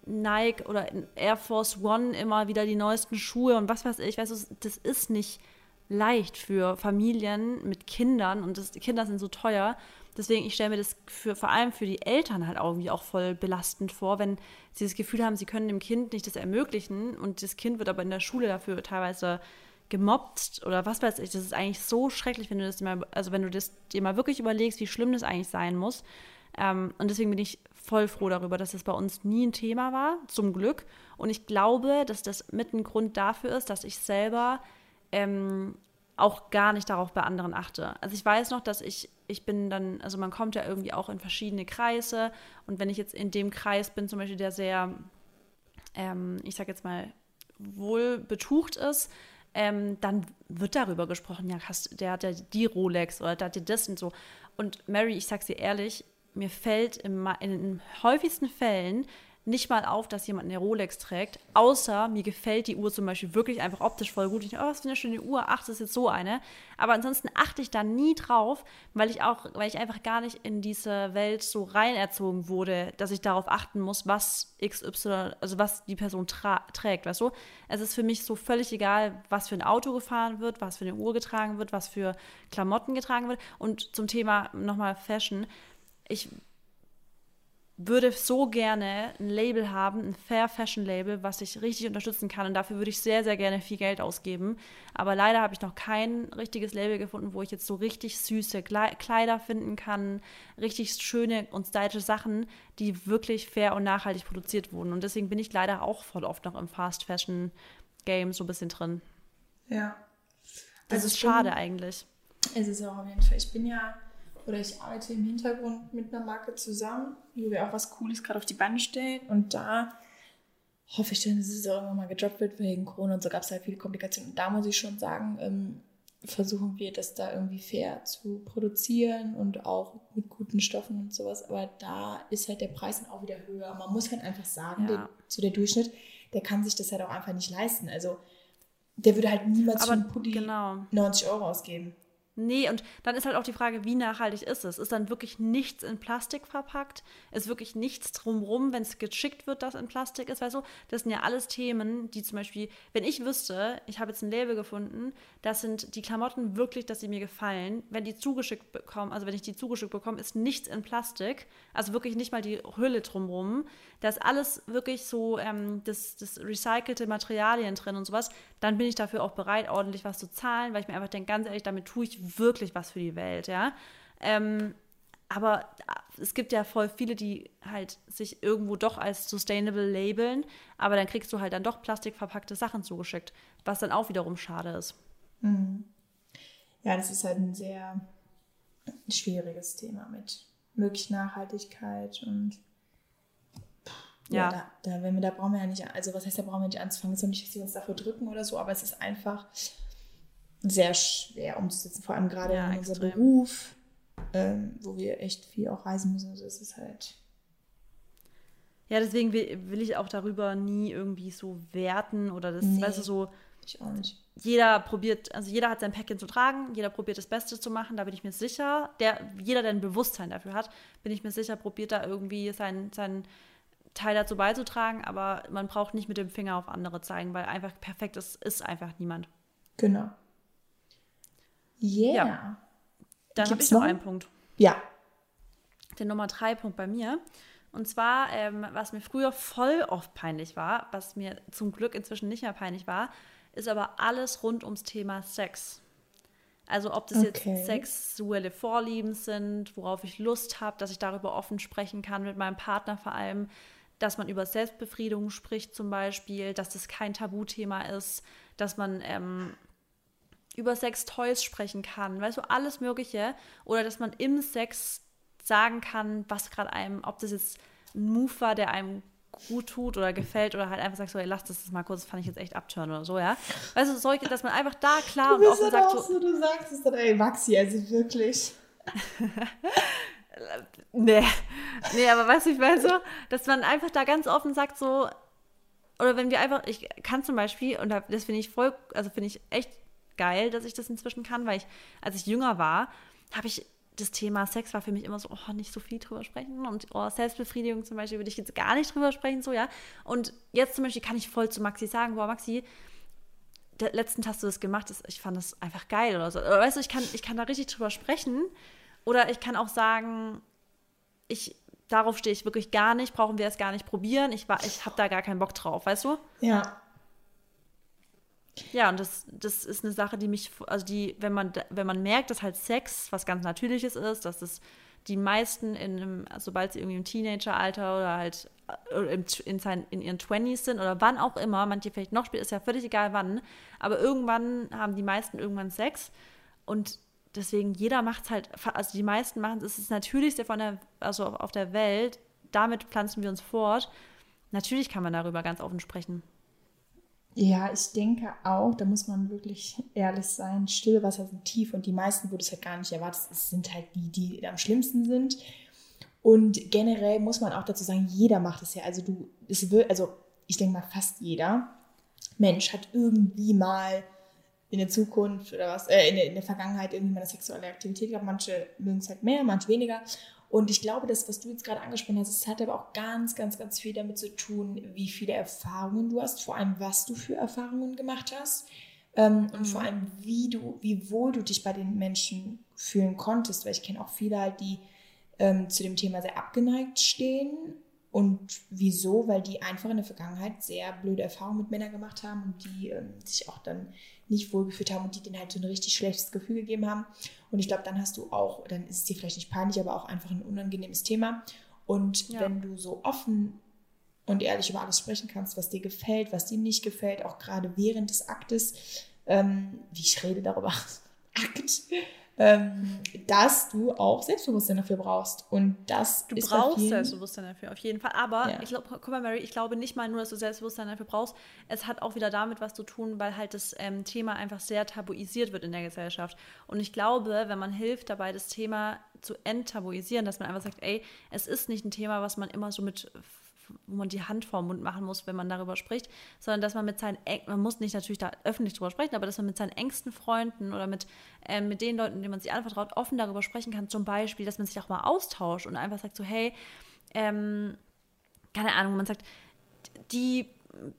Nike oder in Air Force One immer wieder die neuesten Schuhe und was weiß ich. Weißt du, das ist nicht leicht für Familien mit Kindern und das, die Kinder sind so teuer. Deswegen, ich stelle mir das für, vor allem für die Eltern halt irgendwie auch voll belastend vor, wenn sie das Gefühl haben, sie können dem Kind nicht das ermöglichen und das Kind wird aber in der Schule dafür teilweise gemobbt oder was weiß ich. Das ist eigentlich so schrecklich, wenn du das mal, also wenn du das dir mal wirklich überlegst, wie schlimm das eigentlich sein muss. Ähm, und deswegen bin ich voll froh darüber, dass das bei uns nie ein Thema war, zum Glück. Und ich glaube, dass das mit ein Grund dafür ist, dass ich selber ähm, auch gar nicht darauf bei anderen achte. Also ich weiß noch, dass ich, ich bin dann, also man kommt ja irgendwie auch in verschiedene Kreise und wenn ich jetzt in dem Kreis bin, zum Beispiel, der sehr, ähm, ich sag jetzt mal, wohl betucht ist, ähm, dann wird darüber gesprochen, ja, hast, der hat ja die Rolex oder der hat ja das und so. Und Mary, ich sag's dir ehrlich, mir fällt im, in den häufigsten Fällen nicht mal auf, dass jemand eine Rolex trägt, außer mir gefällt die Uhr zum Beispiel wirklich einfach optisch voll gut. Ich denke, oh, was für eine schöne Uhr, ach, das ist jetzt so eine. Aber ansonsten achte ich da nie drauf, weil ich auch, weil ich einfach gar nicht in diese Welt so rein erzogen wurde, dass ich darauf achten muss, was X Y, also was die Person tra- trägt, weißt du? Es ist für mich so völlig egal, was für ein Auto gefahren wird, was für eine Uhr getragen wird, was für Klamotten getragen wird. Und zum Thema nochmal Fashion, ich würde so gerne ein Label haben, ein Fair Fashion Label, was ich richtig unterstützen kann und dafür würde ich sehr, sehr gerne viel Geld ausgeben. Aber leider habe ich noch kein richtiges Label gefunden, wo ich jetzt so richtig süße Kleider finden kann, richtig schöne und stylische Sachen, die wirklich fair und nachhaltig produziert wurden. Und deswegen bin ich leider auch voll oft noch im Fast Fashion Game so ein bisschen drin. Ja. Das also ist schade bin, eigentlich. Es ist auch auf jeden Fall. Ich bin ja Oder ich arbeite im Hintergrund mit einer Marke zusammen, wo wir auch was Cooles gerade auf die Beine stellen. Und da hoffe ich dann, dass es irgendwann mal gedroppt wird wegen Corona. Und so gab es halt viele Komplikationen. Und da muss ich schon sagen, ähm, versuchen wir, das da irgendwie fair zu produzieren und auch mit guten Stoffen und sowas. Aber da ist halt der Preis dann auch wieder höher. Man muss halt einfach sagen, ja. der, so der Durchschnitt, der kann sich das halt auch einfach nicht leisten. Also der würde halt niemals Aber für einen Pulli genau. neunzig Euro ausgeben. Nee, und dann ist halt auch die Frage, wie nachhaltig ist es? Ist dann wirklich nichts in Plastik verpackt? Ist wirklich nichts drumrum, wenn es geschickt wird, das in Plastik ist? Weißt du, das sind ja alles Themen, die zum Beispiel, wenn ich wüsste, ich habe jetzt ein Label gefunden, das sind die Klamotten wirklich, dass sie mir gefallen. Wenn die zugeschickt bekommen, also wenn ich die zugeschickt bekomme, ist nichts in Plastik, also wirklich nicht mal die Hülle drumrum. Da ist alles wirklich so, ähm, das, das recycelte Materialien drin und sowas. Dann bin ich dafür auch bereit, ordentlich was zu zahlen, weil ich mir einfach denke, ganz ehrlich, damit tue ich wirklich was für die Welt, ja. Ähm, aber es gibt ja voll viele, die halt sich irgendwo doch als sustainable labeln, aber dann kriegst du halt dann doch plastikverpackte Sachen zugeschickt, was dann auch wiederum schade ist. Mhm. Ja, das ist halt ein sehr schwieriges Thema mit möglicher Nachhaltigkeit und ja, ja da, da, wenn wir, da brauchen wir ja nicht, also was heißt, da brauchen wir nicht anzufangen, es ist auch nicht, dass wir uns dafür drücken oder so, aber es ist einfach sehr schwer umzusetzen, vor allem gerade ja, in unserem Beruf, ähm, wo wir echt viel auch reisen müssen, also es ist halt... Ja, deswegen will, will ich auch darüber nie irgendwie so werten oder das, nee, weißt du, so... Ich auch nicht. Jeder probiert, also jeder hat sein Päckchen zu tragen, jeder probiert das Beste zu machen, da bin ich mir sicher, der, jeder, der ein Bewusstsein dafür hat, bin ich mir sicher, probiert da irgendwie sein, sein Teil dazu beizutragen, aber man braucht nicht mit dem Finger auf andere zeigen, weil einfach perfekt ist, ist einfach niemand. Genau. Yeah. Ja. Dann habe ich noch einen Punkt. Ja. Der Nummer drei Punkt bei mir. Und zwar, ähm, was mir früher voll oft peinlich war, was mir zum Glück inzwischen nicht mehr peinlich war, ist aber alles rund ums Thema Sex. Also ob das okay. jetzt sexuelle Vorlieben sind, worauf ich Lust habe, dass ich darüber offen sprechen kann mit meinem Partner vor allem, dass man über Selbstbefriedigung spricht zum Beispiel, dass das kein Tabuthema ist, dass man ähm, über Sex-Toys sprechen kann, weißt du, alles Mögliche. Oder dass man im Sex sagen kann, was gerade einem, ob das jetzt ein Move war, der einem gut tut oder gefällt oder halt einfach sagt so, ey, lass das mal kurz, das fand ich jetzt echt abtören oder so, ja. Weißt du, solche, dass man einfach da klar und offen sagt so, so, du sagst es dann, ey, Maxi, also wirklich. nee, nee, aber weißt du, ich meine so, dass man einfach da ganz offen sagt so, oder wenn wir einfach, ich kann zum Beispiel, und das finde ich voll, also finde ich echt geil, dass ich das inzwischen kann, weil ich, als ich jünger war, habe ich das Thema Sex war für mich immer so, oh, nicht so viel drüber sprechen und oh, Selbstbefriedigung zum Beispiel würde ich jetzt gar nicht drüber sprechen, so, ja. Und jetzt zum Beispiel kann ich voll zu Maxi sagen, boah, Maxi, der, letztens hast du das gemacht, das, ich fand das einfach geil oder so. Oder, weißt du, ich kann, ich kann da richtig drüber sprechen oder ich kann auch sagen, ich, darauf stehe ich wirklich gar nicht, brauchen wir es gar nicht probieren, ich, ich habe da gar keinen Bock drauf, weißt du? Ja. Ja, und das, das ist eine Sache, die mich, also die, wenn man, wenn man merkt, dass halt Sex was ganz Natürliches ist, dass das die meisten, in einem, sobald sie irgendwie im Teenageralter oder halt in, in, sein, in ihren Twenties sind oder wann auch immer, manche vielleicht noch später, ist ja völlig egal wann, aber irgendwann haben die meisten irgendwann Sex und deswegen jeder macht es halt, also die meisten machen es, es ist das Natürlichste von der, also auf der Welt, damit pflanzen wir uns fort. Natürlich kann man darüber ganz offen sprechen. Ja, ich denke auch, da muss man wirklich ehrlich sein, stille Wasser sind tief und die meisten, wo du es halt gar nicht erwartest, sind halt die, die am schlimmsten sind. Und generell muss man auch dazu sagen, jeder macht es ja. Also du, es will, also ich denke mal fast jeder Mensch hat irgendwie mal in der Zukunft oder was, äh, in, der, in der Vergangenheit irgendwie mal eine sexuelle Aktivität gehabt. Manche mögen es halt mehr, manche weniger. Und ich glaube, das, was du jetzt gerade angesprochen hast, es hat aber auch ganz, ganz, ganz viel damit zu tun, wie viele Erfahrungen du hast, vor allem, was du für Erfahrungen gemacht hast ähm, und mhm. vor allem, wie du, wie wohl du dich bei den Menschen fühlen konntest, weil ich kenne auch viele halt, die ähm, zu dem Thema sehr abgeneigt stehen. Und wieso? Weil die einfach in der Vergangenheit sehr blöde Erfahrungen mit Männern gemacht haben und die ähm, sich auch dann nicht wohlgefühlt haben und die denen halt so ein richtig schlechtes Gefühl gegeben haben. Und ich glaube, dann hast du auch, dann ist es dir vielleicht nicht peinlich, aber auch einfach ein unangenehmes Thema. Und ja. wenn du so offen und ehrlich über alles sprechen kannst, was dir gefällt, was dir nicht gefällt, auch gerade während des Aktes, ähm, wie ich rede darüber, Akt, ähm, dass du auch Selbstbewusstsein dafür brauchst. Und das du ist brauchst vielen, Selbstbewusstsein dafür, auf jeden Fall. Aber ja. ich glaube, guck mal, Mary, ich glaube nicht mal nur, dass du Selbstbewusstsein dafür brauchst. Es hat auch wieder damit was zu tun, weil halt das ähm, Thema einfach sehr tabuisiert wird in der Gesellschaft. Und ich glaube, wenn man hilft dabei, das Thema zu enttabuisieren, dass man einfach sagt, ey, es ist nicht ein Thema, was man immer so mit, wo man die Hand vorm Mund machen muss, wenn man darüber spricht, sondern dass man mit seinen, man muss nicht natürlich da öffentlich drüber sprechen, aber dass man mit seinen engsten Freunden oder mit, äh, mit den Leuten, denen man sich anvertraut, offen darüber sprechen kann. Zum Beispiel, dass man sich auch mal austauscht und einfach sagt so, hey, ähm, keine Ahnung, man sagt, die,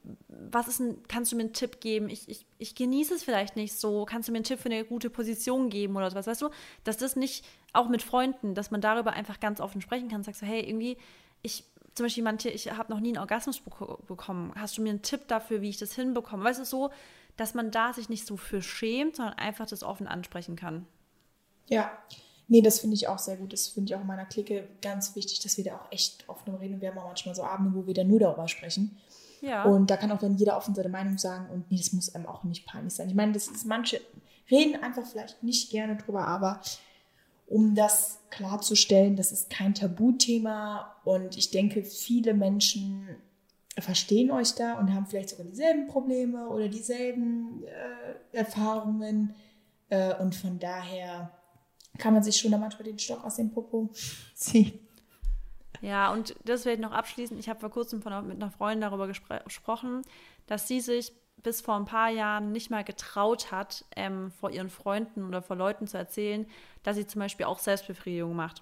was ist ein, kannst du mir einen Tipp geben? Ich, ich, ich genieße es vielleicht nicht so. Kannst du mir einen Tipp für eine gute Position geben oder sowas, weißt du? Dass das nicht, auch mit Freunden, dass man darüber einfach ganz offen sprechen kann. Sagst du, hey, irgendwie, ich zum Beispiel manche, ich habe noch nie einen Orgasmus be- bekommen. Hast du mir einen Tipp dafür, wie ich das hinbekomme? Weißt du, so, dass man da sich nicht so für schämt, sondern einfach das offen ansprechen kann. Ja, nee, das finde ich auch sehr gut. Das finde ich auch in meiner Clique ganz wichtig, dass wir da auch echt offen reden. Wir haben auch manchmal so Abende, wo wir dann nur darüber sprechen. Ja. Und da kann auch dann jeder offen seine Meinung sagen und nee, das muss einem auch nicht peinlich sein. Ich meine, das ist, manche reden einfach vielleicht nicht gerne drüber, aber um das klarzustellen, das ist kein Tabuthema und ich denke, viele Menschen verstehen euch da und haben vielleicht sogar dieselben Probleme oder dieselben äh, Erfahrungen äh, und von daher kann man sich schon da manchmal den Stock aus dem Popo ziehen. Ja, und das werde ich noch abschließen. Ich habe vor kurzem von, mit einer Freundin darüber gespr- gesprochen, dass sie sich bis vor ein paar Jahren nicht mal getraut hat, ähm, vor ihren Freunden oder vor Leuten zu erzählen, dass sie zum Beispiel auch Selbstbefriedigung macht.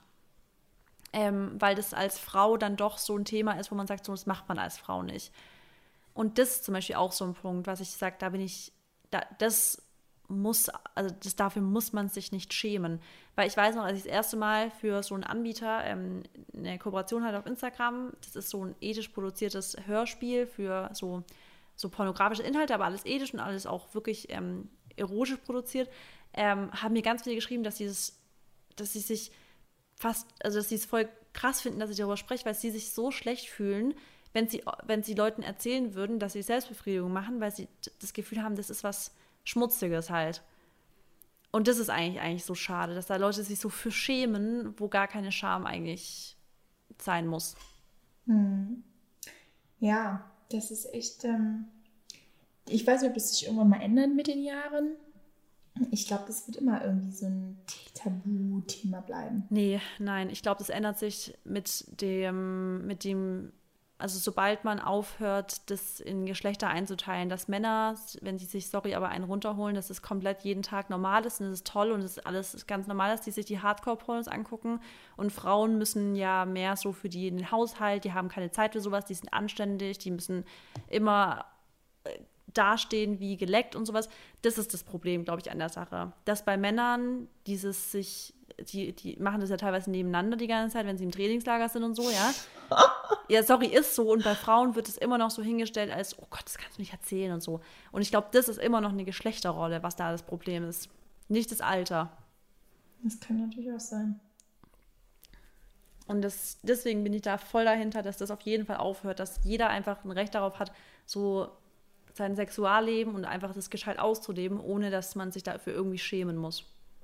Ähm, weil das als Frau dann doch so ein Thema ist, wo man sagt, so, das macht man als Frau nicht. Und das ist zum Beispiel auch so ein Punkt, was ich sage, da bin ich, da, das muss, also das, dafür muss man sich nicht schämen. Weil ich weiß noch, als ich das erste Mal für so einen Anbieter ähm, eine Kooperation hatte auf Instagram, das ist so ein ethisch produziertes Hörspiel für so so pornografische Inhalte, aber alles ethisch und alles auch wirklich ähm, erotisch produziert, ähm, haben mir ganz viele geschrieben, dass sie es, dass sie sich fast, also dass sie es voll krass finden, dass ich darüber spreche, weil sie sich so schlecht fühlen, wenn sie, wenn sie Leuten erzählen würden, dass sie Selbstbefriedigung machen, weil sie das Gefühl haben, das ist was Schmutziges halt. Und das ist eigentlich, eigentlich so schade, dass da Leute sich so für schämen, wo gar keine Scham eigentlich sein muss. Hm. Ja, das ist echt, ähm, ich weiß nicht, ob das sich irgendwann mal ändert mit den Jahren. Ich glaube, das wird immer irgendwie so ein Tabuthema bleiben. Nee, nein, ich glaube, das ändert sich mit dem, mit dem also sobald man aufhört, das in Geschlechter einzuteilen, dass Männer, wenn sie sich, sorry, aber einen runterholen, dass es komplett jeden Tag normal ist und es ist toll und es ist alles ganz normal, dass die sich die Hardcore-Pornos angucken und Frauen müssen ja mehr so für die, den Haushalt, die haben keine Zeit für sowas, die sind anständig, die müssen immer dastehen wie geleckt und sowas. Das ist das Problem, glaube ich, an der Sache. Dass bei Männern dieses sich, die, die machen das ja teilweise nebeneinander die ganze Zeit, wenn sie im Trainingslager sind und so, ja. Ja, sorry, ist so. Und bei Frauen wird es immer noch so hingestellt als, oh Gott, das kannst du nicht erzählen und so. Und ich glaube, das ist immer noch eine Geschlechterrolle, was da das Problem ist. Nicht das Alter. Das kann natürlich auch sein. Und das, deswegen bin ich da voll dahinter, dass das auf jeden Fall aufhört, dass jeder einfach ein Recht darauf hat, so sein Sexualleben und einfach das gescheit auszuleben, ohne dass man sich dafür irgendwie schämen muss.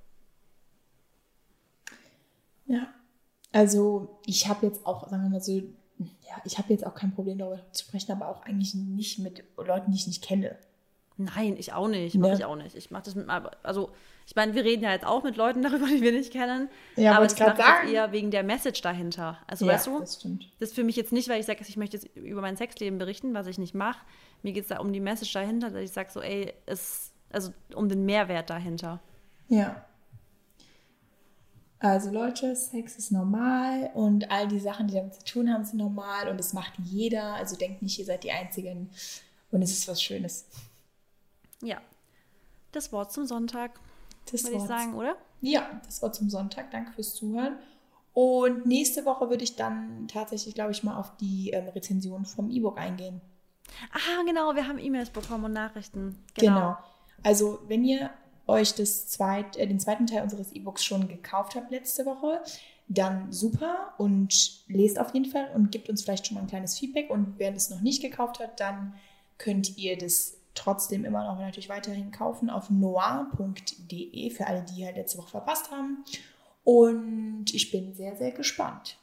Ja, also ich habe jetzt auch, sagen wir mal so, ja, ich habe jetzt auch kein Problem darüber zu sprechen, aber auch eigentlich nicht mit Leuten, die ich nicht kenne. Nein, ich auch nicht. Mach Ja. ich auch nicht. Ich mache das mit, also ich meine, wir reden ja jetzt auch mit Leuten darüber, die wir nicht kennen. Ja, aber wollte das ich grad mache ich jetzt sagen. eher wegen der Message dahinter. Also Ja, weißt du, das stimmt. das ist für mich jetzt nicht, weil ich sage, ich möchte jetzt über mein Sexleben berichten, was ich nicht mache. Mir geht es da um die Message dahinter, dass ich sage so, ey, es, also um den Mehrwert dahinter. Ja. Also Leute, Sex ist normal und all die Sachen, die damit zu tun haben, sind normal und das macht jeder. Also denkt nicht, ihr seid die Einzigen und es ist was Schönes. Ja, das Wort zum Sonntag, Das würde ich Wort. sagen, oder? Ja, das Wort zum Sonntag. Danke fürs Zuhören. Und nächste Woche würde ich dann tatsächlich, glaube ich, mal auf die ähm, Rezension vom E-Book eingehen. Ah, genau, wir haben E-Mails bekommen und Nachrichten. Genau. Genau. Also wenn ihr euch das zweit, äh, den zweiten Teil unseres E-Books schon gekauft habt letzte Woche, dann super und lest auf jeden Fall und gebt uns vielleicht schon mal ein kleines Feedback. Und wer es noch nicht gekauft hat, dann könnt ihr das trotzdem immer noch natürlich weiterhin kaufen auf noir punkt de für alle, die halt letzte Woche verpasst haben. Und ich bin sehr, sehr gespannt.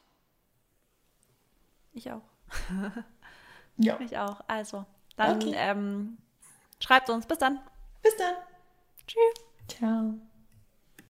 Ich auch. Ja. Ich auch. Also, dann Okay. ähm, schreibt uns. Bis dann. Bis dann. Tschüss. Ciao.